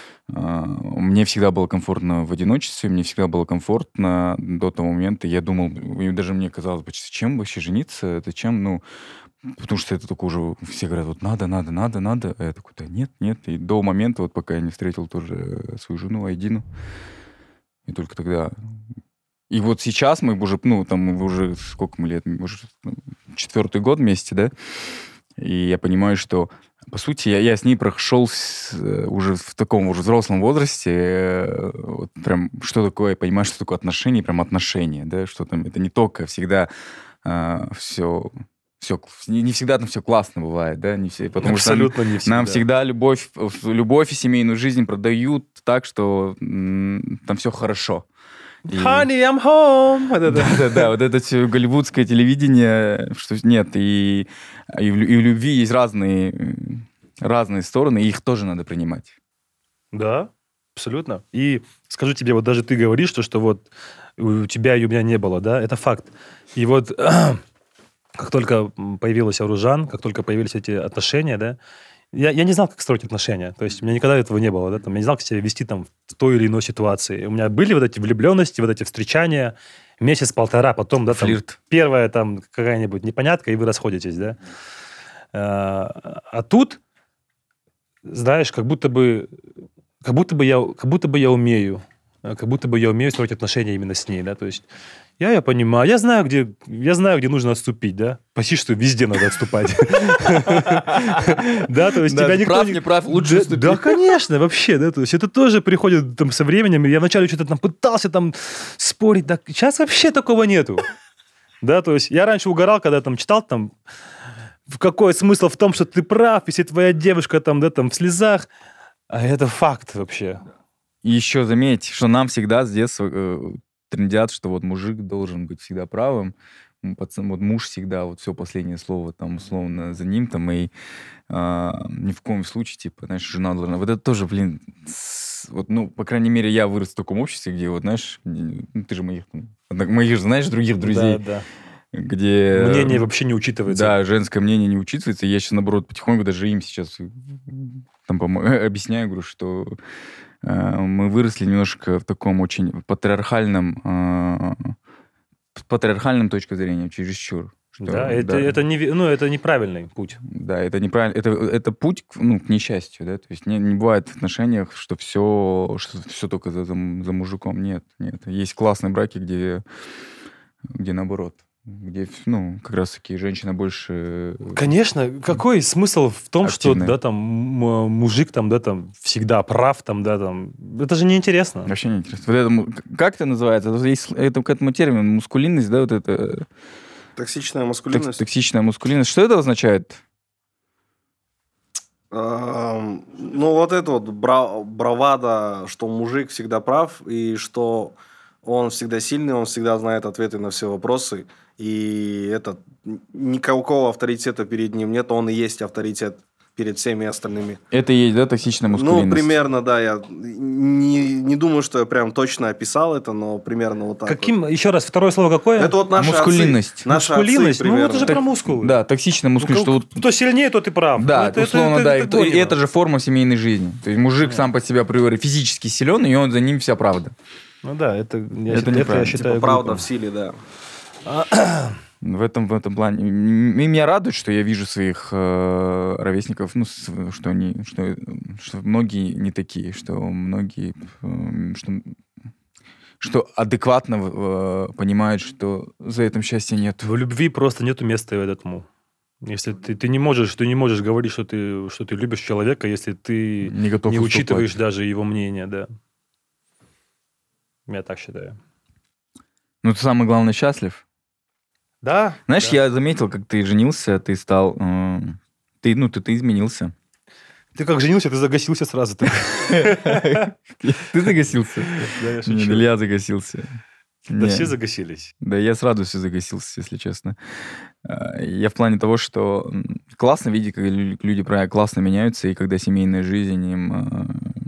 Мне всегда было комфортно в одиночестве, мне всегда было комфортно до того момента. Я думал, и даже мне казалось, зачем вообще жениться? Зачем? Ну, потому что это только уже все говорят, вот надо, надо, надо, надо. А я такой, да нет, нет. И до момента, вот пока я не встретил тоже свою жену Айдину, и только тогда... И вот сейчас мы уже, ну, там уже сколько мы лет, уже четвертый год вместе, да? И я понимаю, что по сути, я, я с ней прошел с, уже в таком уже взрослом возрасте, вот прям что такое, понимаешь, что такое отношения, прям отношения, да, что там, это не только всегда э, все, все, не, не всегда там все классно бывает, да, не все, потому Абсолютно что нам, не всегда. нам всегда любовь, любовь и семейную жизнь продают так, что м, там все хорошо. И... Honey, I'm home. Да-да-да, вот это все голливудское телевидение, что нет, и, и, в, и в любви есть разные, разные стороны, и их тоже надо принимать. Да, абсолютно. И скажу тебе, вот даже ты говоришь, что, что вот у тебя и у меня не было, да, это факт. И вот как только появилась Аружан, как только появились эти отношения, да, Я, я не знал, как строить отношения. То есть у меня никогда этого не было. Да? Там, я не знал, как себя вести там, в той или иной ситуации. У меня были вот эти влюбленности, вот эти встречания. Месяц-полтора, потом... Да, там, флирт. Первая там какая-нибудь непонятка, и вы расходитесь. Да? А, а тут, знаешь, как будто бы, как будто бы, я, как будто бы я умею. Как будто бы я умею строить отношения именно с ней. Да? То есть Я, я понимаю. Я знаю, где, я знаю, где нужно отступить, да? Почти что везде надо отступать. Да, то есть тебя никто... Прав, не прав, лучше отступить. Да, конечно, вообще, да, то есть это тоже приходит там со временем. Я вначале что-то там пытался там спорить, да, сейчас вообще такого нету. Да, то есть я раньше угорал, когда там читал там, какой смысл в том, что ты прав, если твоя девушка там, да, там в слезах, а это факт вообще. И еще заметь, что нам всегда с детства э, трендят, что вот мужик должен быть всегда правым, м, пацан, вот муж всегда, вот все последнее слово там условно за ним, там, и а, ни в коем случае, типа, знаешь, жена должна... Вот это тоже, блин, с- вот, ну, по крайней мере, я вырос в таком обществе, где, вот, знаешь, н- ну, ты же моих, там, одно- моих же, знаешь, других друзей, Да, где... да. Мнение вообще не учитывается. Да, женское мнение не учитывается. Я сейчас, наоборот, потихоньку даже им сейчас э, там, помо- объясняю, говорю, что э, мы выросли немножко в таком очень патриархальном, э, с патриархальном точкой зрения, чересчур. Что, Да, это, это, не, ну, это неправильный путь. да, это неправильно. Это, это путь к, ну, к несчастью, да. То есть не, не бывает в отношениях, что все, что все только за, за, за мужиком. Нет, нет. Есть классные браки, где, где наоборот. Где, ну, как раз-таки женщина больше... Конечно, какой смысл в том, Активная. что, да, там, м- мужик там, да, там, всегда прав, там, да, там, это же неинтересно. Вообще не интересно. Вот это, му- как это называется? Вот есть это к этому термину мускулинность, да, вот это Токсичная ток- маскулинность. токсичная мускулинность. Что это означает? Ам, Ну, вот это вот бра- бравада, что мужик всегда прав, и что он всегда сильный, он всегда знает ответы на все вопросы, и это н- никакого авторитета перед ним нет, он и есть авторитет перед всеми остальными. Это и есть, да, токсичная мускулинность? Ну, примерно, да, я не, не думаю, что я прям точно описал это, но примерно вот так Каким, вот. еще раз, второе слово какое? Это вот наши Мускулинность. отцы. Наши Мускулинность? отцы, Ну, примерно. это же Так- про мускулы. Да, токсичная Ну, мускулинность. Что вот- кто сильнее, тот и прав. да, Ну, это- условно, это- да. это и, то- и гонимо. это же форма семейной жизни. То есть мужик сам по себе априори физически силен, и он за ним вся правда. Ну да, это, я, Это считаю- это я неправильно. считаю Типа правда глупым. в силе, да. В этом, в этом плане. М- И меня радует, что я вижу своих э, ровесников, ну, с- что они, что, что многие не такие, что многие, э, что, что адекватно э, понимают, что за этим счастья нет. В любви просто нету места этому. Если ты, ты не можешь, ты не можешь говорить, что ты, что ты любишь человека, если ты Не готов не уступать. учитываешь даже его мнение, да. Я так считаю. Ну, ты самое главное счастлив. Да. Знаешь, да. я заметил, как ты женился, ты стал, э, ты, ну, ты, ты изменился. Ты как женился, ты загасился сразу. Ты- Ты загасился? Да, я Нет, шучу. или я загасился? Да Не. все загасились. Да, я с радостью загасился, если честно. А, Я в плане того, что м, классно видеть, как лю- люди правильно классно меняются, и когда семейная жизнь им а,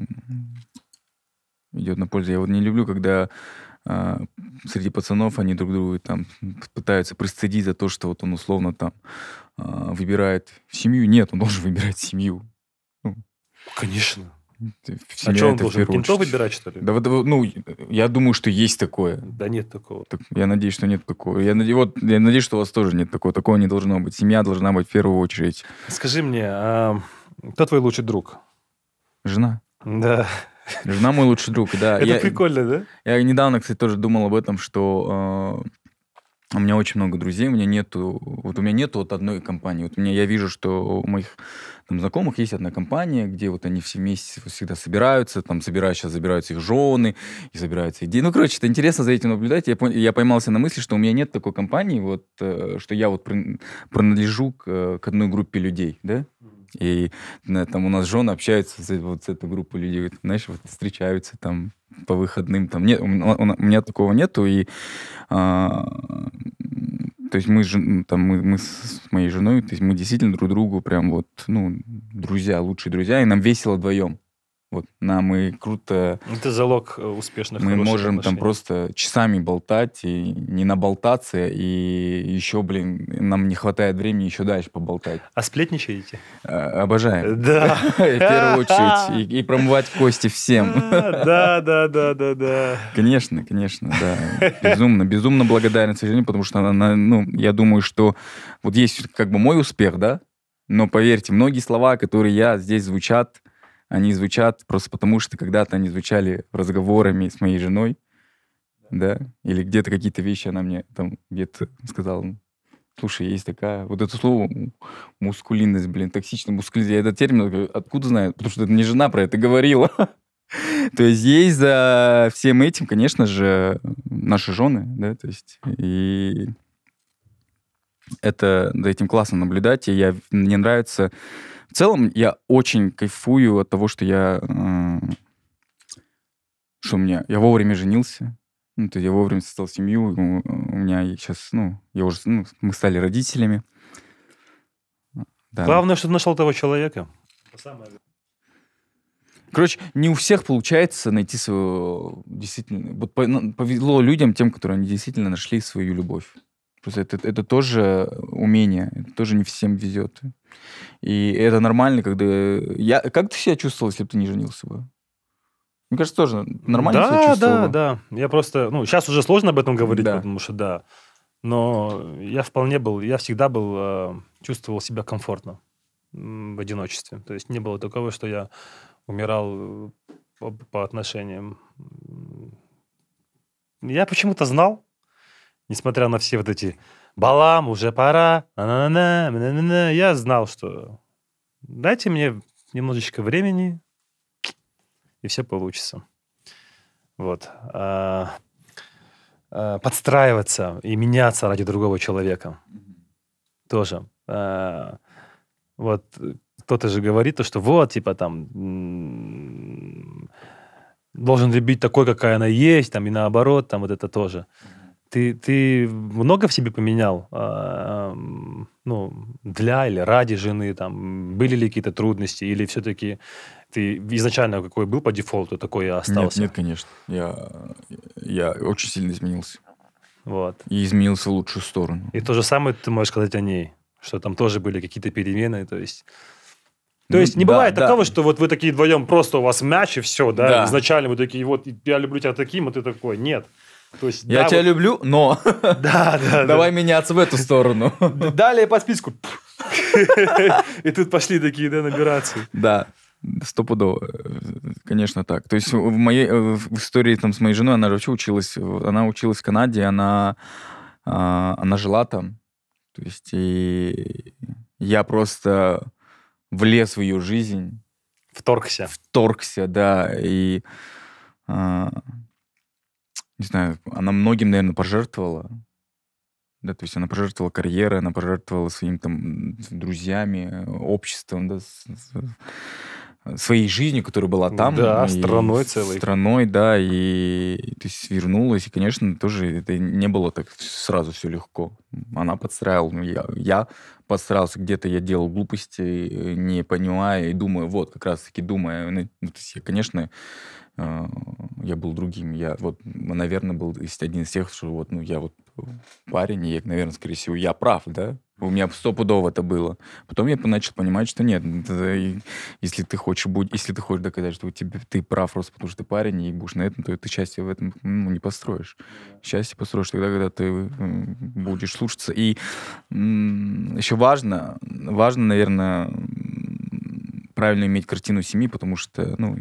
идет на пользу. Я вот не люблю, когда а, среди пацанов они друг друга там пытаются пристыдить за то, что вот он условно там а, выбирает семью. Нет, он должен выбирать семью. Конечно. Ты- А семья что он это в должен? первую Кентов очередь. выбирать, что ли? Да вот, вот, ну, я думаю, что есть такое. Да нет такого. Так, я надеюсь, что нет такого. Я, наде- вот, я надеюсь, что у вас тоже нет такого. Такого не должно быть. Семья должна быть в первую очередь. Скажи мне, а кто твой лучший друг? Жена. Да. Жена мой лучший друг, да. Это Я, прикольно, да? я недавно, кстати, тоже думал об этом, что э, у меня очень много друзей, у меня нету, вот у меня нету вот одной компании. Вот у меня, я вижу, что у моих там, знакомых есть одна компания, где вот они все вместе всегда собираются, там собирают, сейчас забираются их жены, и собираются идеи. Ну, короче, это интересно за этим наблюдать. Я, пон- я поймался на мысли, что у меня нет такой компании, вот, э, что я вот при- принадлежу к, э, к одной группе людей, да? И на- там у нас жены общаются с, вот с этой группой людей, вот, знаешь, вот встречаются там по выходным. Там нет, у, м- у- у меня такого нету. И, а, то есть мы, с жен- там, мы, мы с моей женой, то есть мы действительно друг другу прям вот, ну, друзья, лучшие друзья, и нам весело вдвоем. Вот, нам и круто, Это залог э, успешных мы хороших можем там отношений. просто часами болтать и не наболтаться, и еще, блин, нам не хватает времени еще дальше поболтать. А сплетничаете? А, Обожаем. Да. В первую очередь. И, и промывать кости всем. Да, да, да, да, да. Конечно, конечно, да. Безумно, безумно благодарен, к сожалению, потому что, она, ну, я думаю, что вот есть как бы мой успех, да, но поверьте, многие слова, которые я здесь звучат, они звучат просто потому, что когда-то они звучали разговорами с моей женой, да, или где-то какие-то вещи она мне там где-то сказала, слушай, есть такая, вот это слово мускулинность, блин, токсичная мускулинность, я этот термин откуда знаю, потому что это мне жена про это говорила. То есть есть за всем этим, конечно же, наши жены, да, то есть и это за этим классно наблюдать, и я, мне нравится. В целом я очень кайфую от того, что я, э, что у меня, я вовремя женился, ну, то есть я вовремя создал семью, у, у меня сейчас, ну, я уже, ну, мы стали родителями. Да. Главное, что ты нашел того человека. Это самое. Короче, не у всех получается найти свою действительно... Вот повезло людям, тем, которые они действительно нашли свою любовь. Просто это, это тоже умение, это тоже не всем везет. И это нормально, когда... Я... Как ты себя чувствовал, если бы ты не женился бы? Мне кажется, тоже нормально да, себя чувствовал Да, бы? да, да. Я просто... Ну, сейчас уже сложно об этом говорить, Да. потому что да. Но я вполне был... Я всегда был... Э, чувствовал себя комфортно м, в одиночестве. То есть не было такого, что я умирал по, по отношениям. Я почему-то знал, несмотря на все вот эти «балам, уже пора», на-на-на, на-на-на, я знал, что дайте мне немножечко времени, и все получится. Вот. А, а, подстраиваться и меняться ради другого человека. Тоже. А, вот кто-то же говорит, то, что вот, типа, там, м- должен любить такой, какая она есть, там, и наоборот, там, вот это тоже. Ты, ты много в себе поменял, а, ну, для или ради жены, там, были ли какие-то трудности, или все-таки ты изначально какой был по дефолту, такой и остался? Нет, нет, конечно. Я, я очень сильно изменился. Вот. И изменился в лучшую сторону. И то же самое ты можешь сказать о ней, что там тоже были какие-то перемены, то есть... То Ну, есть не да, бывает да. такого, что вот вы такие вдвоем, просто у вас мяч и все, да? Да. Изначально вы такие, вот, я люблю тебя таким, а ты такой, нет. То есть, Я да, тебя вот- люблю, но Да, да, давай меняться в эту сторону. да. Далее по списку. И тут пошли такие, да, набираться. Да, стопудово. Конечно, так. То есть в моей в истории там с моей женой, она же вообще училась, она училась в Канаде, она, а, она жила там. То есть и я просто влез в ее жизнь, Вторгся. вторгся, да, и а, не знаю, она многим, наверное, пожертвовала. Да, то есть она пожертвовала карьерой, она пожертвовала своими там друзьями, обществом, да, с- с- своей жизнью, которая была там. Да, и страной целой. Страной, да, и, и, то есть вернулась. И, конечно, тоже это не было так сразу все легко. Она подстраивала, ну, я, я подстраивался, где-то я делал глупости, не понимая, и думаю, вот, как раз-таки думая, ну, то есть я, конечно, э, я был другим. Я вот, наверное, был из- один из тех, что вот, ну, я вот парень, и, наверное, скорее всего, я прав, да? У меня стопудово это было. Потом я начал понимать, что нет, это и- если ты хочешь будь, если ты хочешь доказать, что у тебя, ты прав просто потому, что ты парень, и будешь на этом, то ты счастье в этом ну, не построишь. Счастье построишь тогда, когда ты м, будешь слушаться. И м, еще важно, важно, наверное, м, правильно иметь картину семьи, потому что, ну,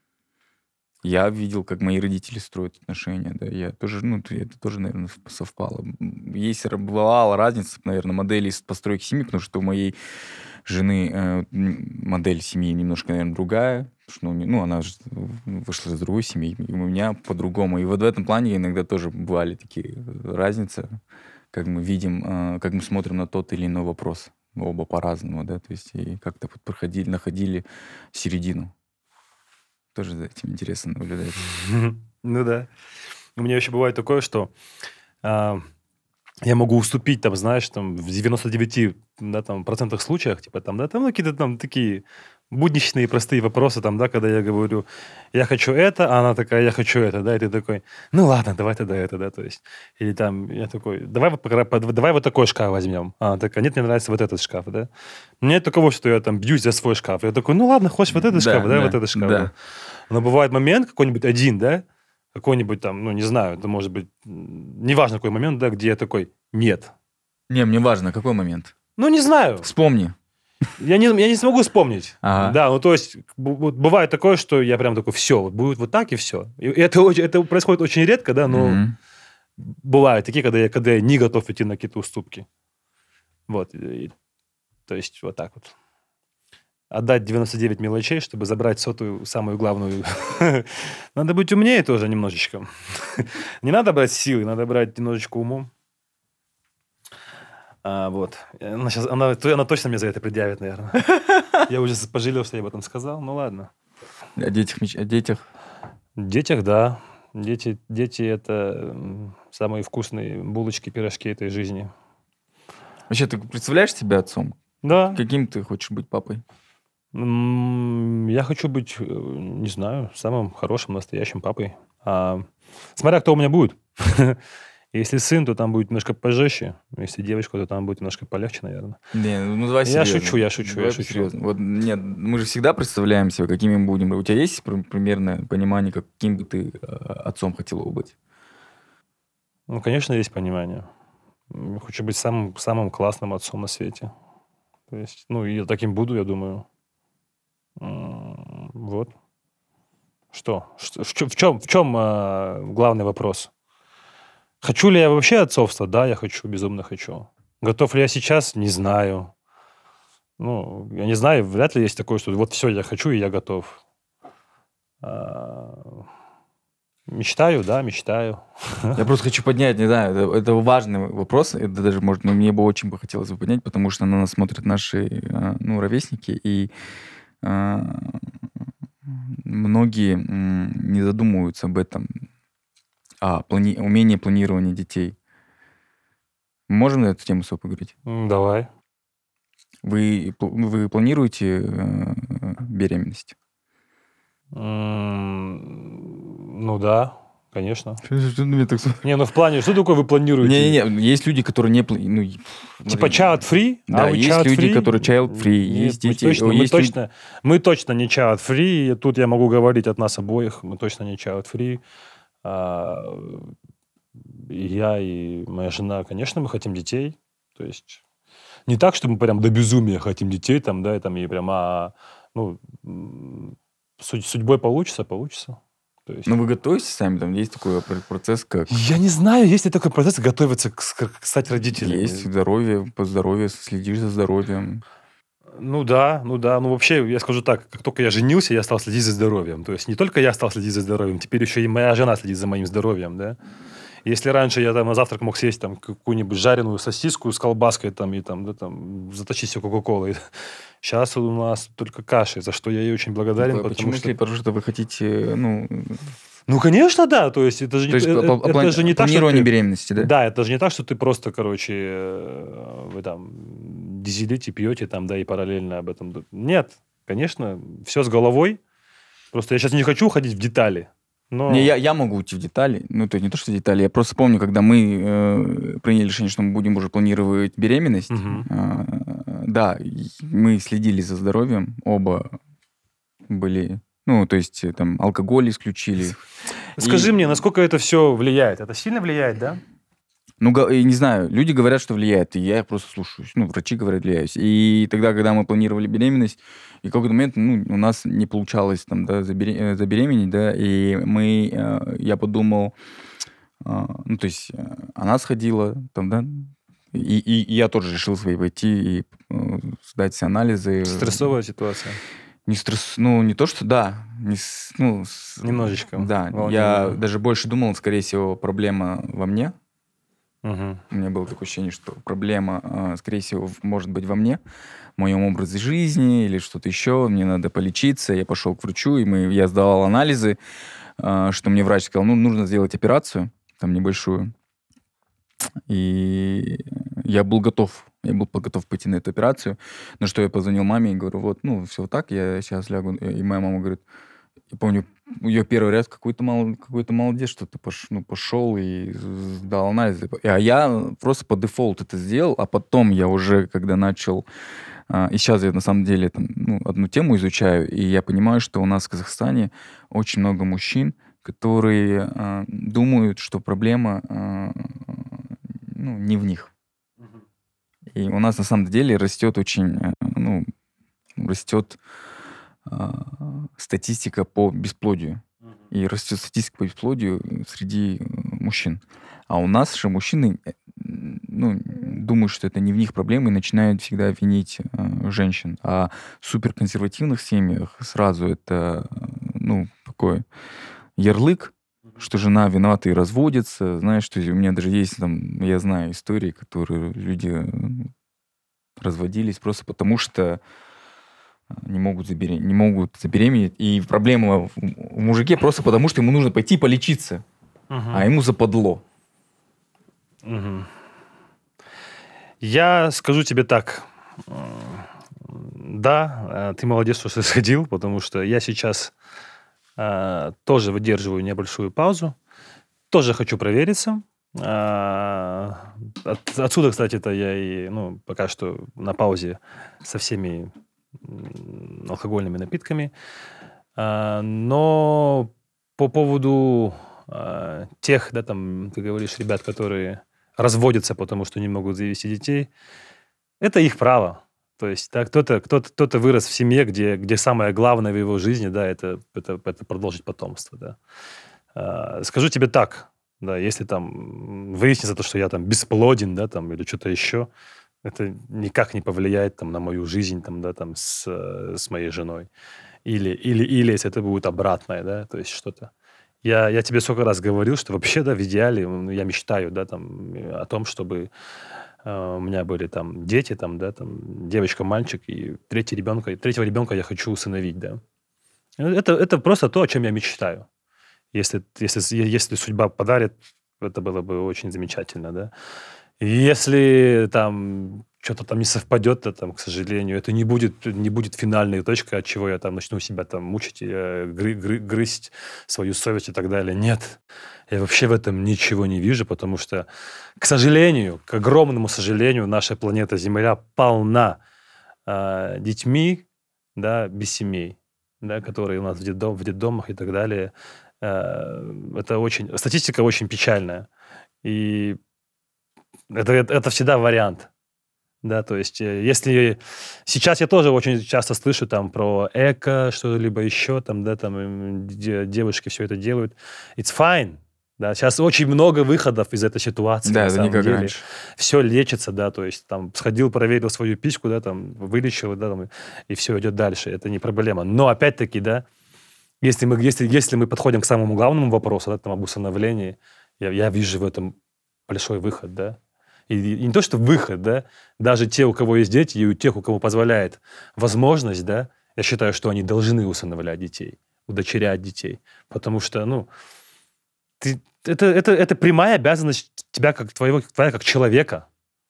я видел, как мои родители строят отношения, да, я тоже, ну, т- это тоже, наверное, совпало. М, Есть, ра- бывала разница, наверное, модели с- постройки семьи, потому что у моей жены э, м, модель семьи немножко, наверное, другая, потому что, ну, не- ну, она же вышла из другой семьи, и у меня по-другому. И вот в этом плане иногда тоже бывали такие э, разницы, как мы видим, э, как мы смотрим на тот или иной вопрос. Оба по-разному, да, то есть и как-то вот проходили, находили середину. Тоже за этим интересно наблюдать. Ну да. У меня еще бывает такое, что а, я могу уступить, там, знаешь, там, в девяноста девяти да, там, процентах случаях, типа, там, да, там, ну, какие-то там такие будничные, простые вопросы, там, да, когда я говорю, я хочу это, а она такая, я хочу это, да, и ты такой, ну, ладно, давай тогда это, да, то есть, или там, я такой, давай, вот пока- под- давай вот такой шкаф возьмем, а она такая, нет, мне нравится вот этот шкаф, да, нет такого, что я там бьюсь за свой шкаф, я такой, ну, ладно, хочешь вот этот Да, шкаф, да, да, вот этот шкаф, да. да. Но бывает момент какой-нибудь один, да, какой-нибудь там, ну, не знаю, это может быть, м, неважно какой момент, да, где я такой, нет. Не, мне важно, какой момент. Ну, не знаю. Вспомни. Я не, я не смогу вспомнить. Ага. Да, ну то есть б- вот бывает такое, что я прям такой, все, вот будет вот так и все. И это, очень, это происходит очень редко, да, но Мгм. бывают такие, когда я, когда я не готов идти на какие-то уступки. Вот. И- то есть вот так вот. Отдать девяносто девять мелочей, чтобы забрать сотую, самую главную. Надо быть умнее тоже немножечко. Не надо брать силы, надо брать немножечко умом. А, вот. Она, щас- она, то- она точно мне за это предъявит, наверное. Я уже пожалел, что я об этом сказал. Ну ладно. О детях, меч- о детях. В детях, да. Дети, дети – это м, самые вкусные булочки, пирожки этой жизни. Вообще, ты представляешь себя отцом? Да. Каким ты хочешь быть папой? М, Я хочу быть, э, не знаю, самым хорошим, настоящим папой. А, смотря кто у меня будет. Если сын, то там будет немножко пожестче. Если девочка, то там будет немножко полегче, наверное. Не, ну давай Я серьезно. шучу, я шучу, Давай я шучу. серьезно. Вот нет, мы же всегда представляем себе, какими мы будем. У тебя есть пр- примерное понимание, каким бы ты э, отцом хотел бы быть? Ну, конечно, есть понимание. М, Хочу быть самым, самым классным отцом на свете. То есть, ну, и я таким буду, я думаю. М, Вот. Что? Что- В чем, в чем, в чем а, главный вопрос? Хочу ли я вообще отцовство? Да, я хочу, безумно хочу. Готов ли я сейчас? Не знаю. Ну, я не знаю, вряд ли есть такое, что вот все, я хочу, и я готов. А, Мечтаю, да, мечтаю. Я просто хочу поднять, не знаю, это, это важный вопрос. Это даже, может, ну, мне бы очень бы хотелось бы поднять, потому что на нас смотрят наши, э, ну, ровесники, и э, многие м, не задумываются об этом, о плани- умении планирования детей. Можем на эту тему с тобой поговорить? М, Давай. Вы, пл- вы планируете э, беременность? М, Ну да, конечно. Что ты на меня так смотришь? Не, ну в плане, что такое вы планируете? Не-не-не, есть люди, которые не... пла- Ну, и- Типа смотри, child-free? Да, А вы есть child люди, free? которые child-free, Нет, есть мы дети... точно, о, мы, есть люди- точно, мы точно не child-free. Тут я могу говорить от нас обоих. Мы точно не child-free. А, и я и моя жена, конечно, мы хотим детей. То есть не так, что мы прям до безумия хотим детей, там, да, и там, и прям, а, ну, м, судь- судьбой получится, получится. То есть... Ну, вы готовитесь сами? Там есть такой пр- процесс, как... Я не знаю, есть ли такой процесс готовиться к, к- к- стать родителями. Есть здоровье, по здоровью, следишь за здоровьем. Ну да, ну да. Ну вообще, я скажу так, как только я женился, я стал следить за здоровьем. То есть не только я стал следить за здоровьем, теперь еще и моя жена следит за моим здоровьем, да. Если раньше я там на завтрак мог съесть там какую-нибудь жареную сосиску с колбаской там и там, да, там заточить все кока-колой, сейчас у нас только каши, за что я ей очень благодарен, А потому Почему? что... Если, потому что вы хотите, ну... Ну, конечно, да. То есть это же, То есть не, по- это, по- это плани- же не так, что планирование ты... беременности, да? Да, это же не так, что ты просто, короче, э, вы там дизелите, пьете там, да, и параллельно об этом. ду- Нет, конечно, все с головой. Просто я сейчас не хочу уходить в детали. Но... Не, я, я могу уйти в детали. Ну, то есть не то, что детали. Я просто помню, когда мы э, приняли решение, что мы будем уже планировать беременность. Мгм. э, да, и мы следили за здоровьем. Оба были... Ну, то есть э, там алкоголь исключили. Скажи И- мне, насколько это все влияет? Это сильно влияет, да? Ну, го- и не знаю, люди говорят, что влияет, и я просто слушаюсь. Ну, врачи говорят, влияюсь. И тогда, когда мы планировали беременность, и в какой-то момент, ну, у нас не получалось там, да, забере- э, забеременеть, да, и мы, э, я подумал, э, ну, то есть э, она сходила там, да, и, и- и я тоже решил свои пойти и э, сдать все анализы. Стрессовая ситуация. Не стресс, ну, не то, что, да, не с- ну, с- Немножечко. Да, Волнение. я даже больше думал, скорее всего, проблема во мне. Мгм. У меня было такое ощущение, что проблема, э, скорее всего, в- может быть во мне, в моем образе жизни или что-то еще. Мне надо полечиться. Я пошел к врачу, и мы, я сдавал анализы, э, что мне врач сказал, ну, нужно сделать операцию, там, небольшую. И я был готов, я был готов пойти на эту операцию. На что я позвонил маме и говорю, вот, ну, все так, я сейчас лягу. И моя мама говорит, я помню, ее первый раз, какой то мол, какой-то молодец, что ты пош, ну, пошел и сдал анализы. А я просто по дефолту это сделал, а потом я уже, когда начал... а, И сейчас я на самом деле там, ну, одну тему изучаю, и я понимаю, что у нас в Казахстане очень много мужчин, которые а, думают, что проблема а, ну, не в них. И у нас на самом деле растет очень, э, ну, растет статистика по бесплодию. И растет статистика по бесплодию среди мужчин. А у нас же мужчины, ну, думают, что это не в них проблема, и начинают всегда винить э, женщин. А в суперконсервативных семьях сразу это, ну, такой ярлык, что жена виновата и разводится. Знаешь, что у меня даже есть, там, я знаю истории, которые люди разводились просто потому, что не могут, заберем... не могут забеременеть. И проблема в мужике просто потому, что ему нужно пойти полечиться, угу. а ему западло. Угу. Я скажу тебе так. Да, ты молодец, что ты сходил, потому что я сейчас э, тоже выдерживаю небольшую паузу. Тоже хочу провериться. Э, от, отсюда, кстати, это я и ну, пока что на паузе со всеми алкогольными напитками. Э, но по поводу э, тех, да, там, ты говоришь, ребят, которые разводятся, потому что не могут завести детей, это их право. То есть да, кто-то, кто-то, кто-то вырос в семье, где, где самое главное в его жизни, да, это, это, это продолжить потомство. Да. А, скажу тебе так, да, если там выяснится то, что я там бесплоден, да, там, или что-то еще, это никак не повлияет там, на мою жизнь там, да, там, с, с моей женой. Или, или, или если это будет обратное, да, то есть что-то. Я, я тебе сколько раз говорил, что вообще, да, в идеале я мечтаю, да, там, о том, чтобы uh, у меня были там дети, там, да, там, девочка, мальчик, и третий ребенка, третьего ребенка я хочу усыновить, да. Это, это просто то, о чем я мечтаю. Если, если, если судьба подарит, это было бы очень замечательно, да. И если там что-то там не совпадет, то там, к сожалению, это не будет, не будет финальной точкой, от чего я там начну себя там мучить, гры, гры, грызть свою совесть и так далее. Нет, я вообще в этом ничего не вижу, потому что, к сожалению, к огромному сожалению, наша планета Земля полна э, детьми, да, без семей, да, которые у нас в, детдом, в детдомах и так далее. Э, это очень, статистика очень печальная. И это, это, это всегда вариант. Да, то есть, если... Сейчас я тоже очень часто слышу там про эко, что-либо еще, там, да, там девушки все это делают. It's fine. Да, сейчас очень много выходов из этой ситуации. Да, это не как раньше. Все лечится, да, то есть, там, сходил, проверил свою письку, да, там, вылечил, да, там, и все идет дальше. Это не проблема. Но, опять-таки, да, если мы, если, если мы подходим к самому главному вопросу, да, там, об усыновлении, я, я вижу в этом большой выход, да. И, и не то, что выход, да, даже те, у кого есть дети, и у тех, у кого позволяет возможность, да, я считаю, что они должны усыновлять детей, удочерять детей, потому что, ну, ты, это, это, это прямая обязанность тебя, как твоего, твоя как человека,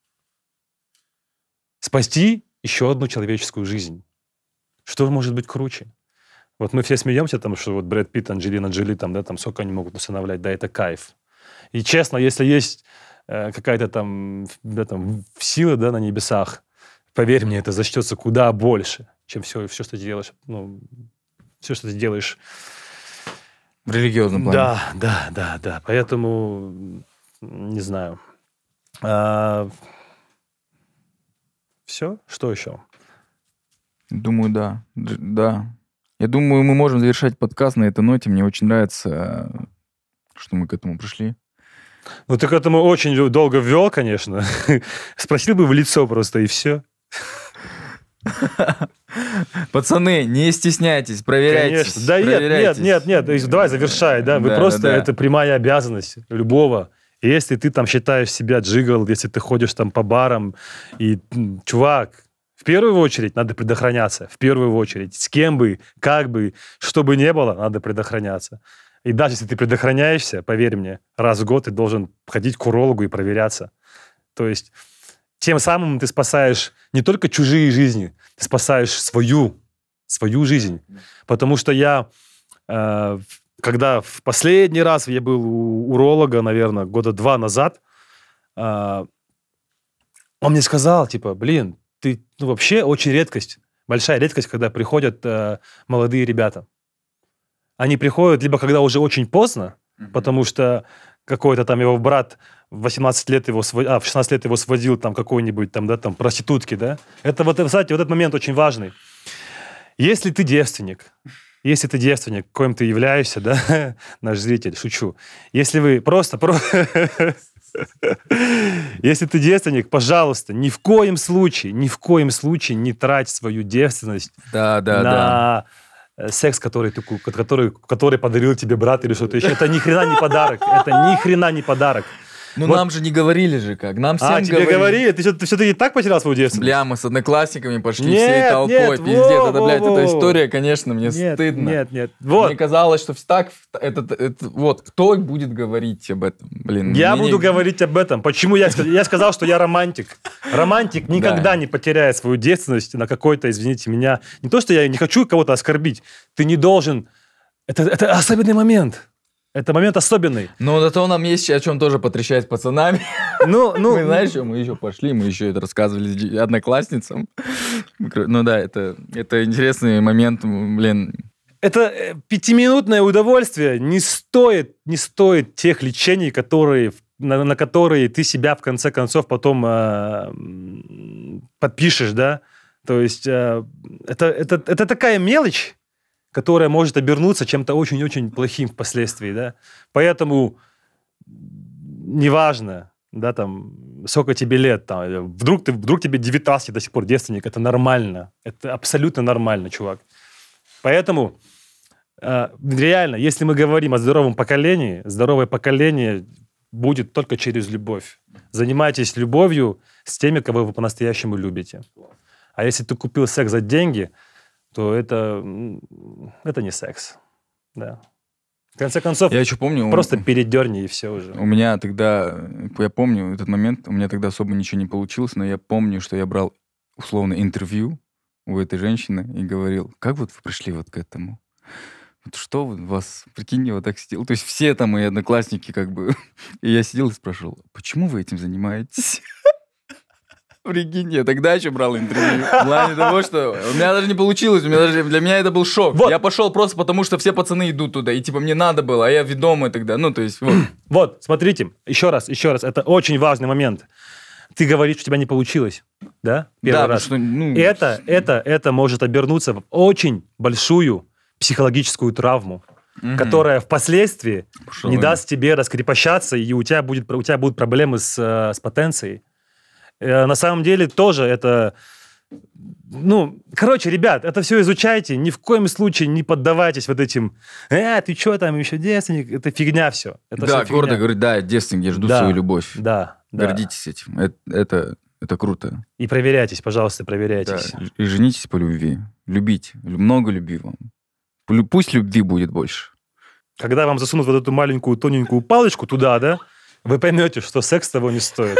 спасти еще одну человеческую жизнь. Что может быть круче? Вот мы все смеемся, там, что вот Брэд Питт, Анджелина Джоли, там, да, там, сколько они могут усыновлять, да, это кайф. И честно, если есть какая-то там, да, там сила, да, на небесах, поверь мне, это зачтется куда больше, чем все, все, что ты делаешь, ну, все, что ты делаешь в религиозном плане. Да, да, да, да. Поэтому не знаю. А... Все? Что еще? Думаю, да. Да. Я думаю, мы можем завершать подкаст на этой ноте. Мне очень нравится, что мы к этому пришли. Ну, ты к этому очень долго ввел, конечно. Спросил бы в лицо просто, и все. Пацаны, не стесняйтесь, проверяйте. Конечно. Да нет, нет, нет, нет. Давай завершай, да. Вы да, просто, да, да. Это прямая обязанность любого. Если ты там считаешь себя джигал, если ты ходишь там по барам, и, чувак, в первую очередь надо предохраняться. В первую очередь. С кем бы, как бы, что бы ни было, надо предохраняться. И даже если ты предохраняешься, поверь мне, раз в год ты должен ходить к урологу и проверяться. То есть тем самым ты спасаешь не только чужие жизни, ты спасаешь свою, свою жизнь. Потому что я, э, когда в последний раз я был у уролога, наверное, года два назад, э, он мне сказал, типа, блин, ты ну, вообще очень редкость, большая редкость, когда приходят э, молодые ребята. Они приходят либо когда уже очень поздно, mm-hmm. потому что какой-то там его брат в восемнадцать лет его, сво- а, в шестнадцать лет его сводил там какой-нибудь там, да, там, проститутки, да. Это вот, кстати, вот этот момент очень важный. Если ты девственник, если ты девственник, коим ты являешься, да, наш зритель, шучу. Если вы просто... про- Если ты девственник, пожалуйста, ни в коем случае, ни в коем случае не трать свою девственность Да, да, да. на э, секс, который, ты ку- который, который подарил тебе брат или что-то еще. Это ни хрена не подарок. Это ни хрена не подарок. Ну, Вот. нам же не говорили же как. Нам всем А, тебе говорили. говорили? Ты, всё- ты все-таки и так потерял свою девственность? Бля, мы с одноклассниками пошли Нет, всей толпой, нет, пиздец. во, Это, блядь, во, эта во. история, конечно, мне Нет, стыдно. нет, нет. Вот. Мне казалось, что так, это, это- вот, кто будет говорить об этом, блин. Я мне буду не- говорить об этом. Почему я, сказ- я сказал, что я романтик? Романтик никогда Да. не потеряет свою девственность на какой-то, извините меня. Не то, что я не хочу кого-то оскорбить. Ты не должен... Это, это особенный момент. Это момент особенный. Но зато нам есть о чем тоже потрещать с пацанами. Ну, ну, Мы, знаешь, что, мы еще пошли, мы еще это рассказывали ди- одноклассницам. Ну да, это, это интересный момент, блин. это э, пятиминутное удовольствие не стоит, не стоит тех лечений, которые, в- на, на которые ты себя в конце концов потом э, м, подпишешь, да? То есть э, это, это, это такая мелочь, которая может обернуться чем-то очень-очень плохим впоследствии, да? Поэтому неважно, да, там, сколько тебе лет, там, или вдруг, ты, вдруг тебе девятнадцать, до сих пор девственник, это нормально, это абсолютно нормально, чувак. Поэтому э, реально, если мы говорим о здоровом поколении, здоровое поколение будет только через любовь. Занимайтесь любовью с теми, кого вы по-настоящему любите. А если ты купил секс за деньги, то это, м, это не секс. Да. В конце концов, Я еще помню... просто передерни и все уже. У меня тогда, я помню этот момент, у меня тогда особо ничего не получилось, но я помню, что я брал условно интервью у этой женщины и говорил, как вот вы пришли вот к этому? Вот что вот вас, прикинь, я вот так сидел. То есть все там мои одноклассники как бы... И я сидел и спрашивал, почему вы этим занимаетесь? Прикинь, я тогда еще брал интервью. В плане того, что у меня даже не получилось, у меня даже, для меня это был шок. Вот. Я пошел просто потому, что все пацаны идут туда, и типа мне надо было, а я ведомый тогда. Ну, то есть, вот. Вот, смотрите, еще раз, еще раз, это очень важный момент. Ты говоришь, что у тебя не получилось, да? Первый Да, раз. потому что, ну, И это, это, это может обернуться в очень большую психологическую травму, мгм. которая впоследствии Пошел не я. даст тебе раскрепощаться, и у тебя, будет, у тебя будут проблемы с, э, с потенцией. Э, На самом деле тоже это... Ну, короче, ребят, это все изучайте, ни в коем случае не поддавайтесь вот этим, э, ты что там, еще девственник, это фигня все. Это Да, всё гордо фигня. говорит, да, я девственник, я жду Да, свою любовь. Да, да. Гордитесь этим. Это, это, это круто. И проверяйтесь, пожалуйста, Да. проверяйтесь. И женитесь по любви. Любите. Много любви вам. Пу- Пусть любви будет больше. Когда вам засунут вот эту маленькую тоненькую палочку туда, да, вы поймете, что секс того не стоит.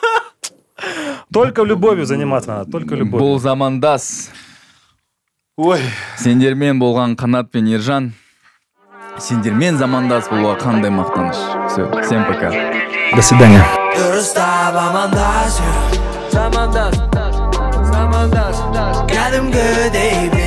Только любовью заниматься надо, только Бұл любовью. замандас. Ой. Сендермен болған Қанат пен Ержан. Сендермен замандас болуға қандай мақтаныш. Все, всем пока. До свидания. You're a star, Samandaz, yeah. Samandaz, Samandaz, Samandaz. Got them good, they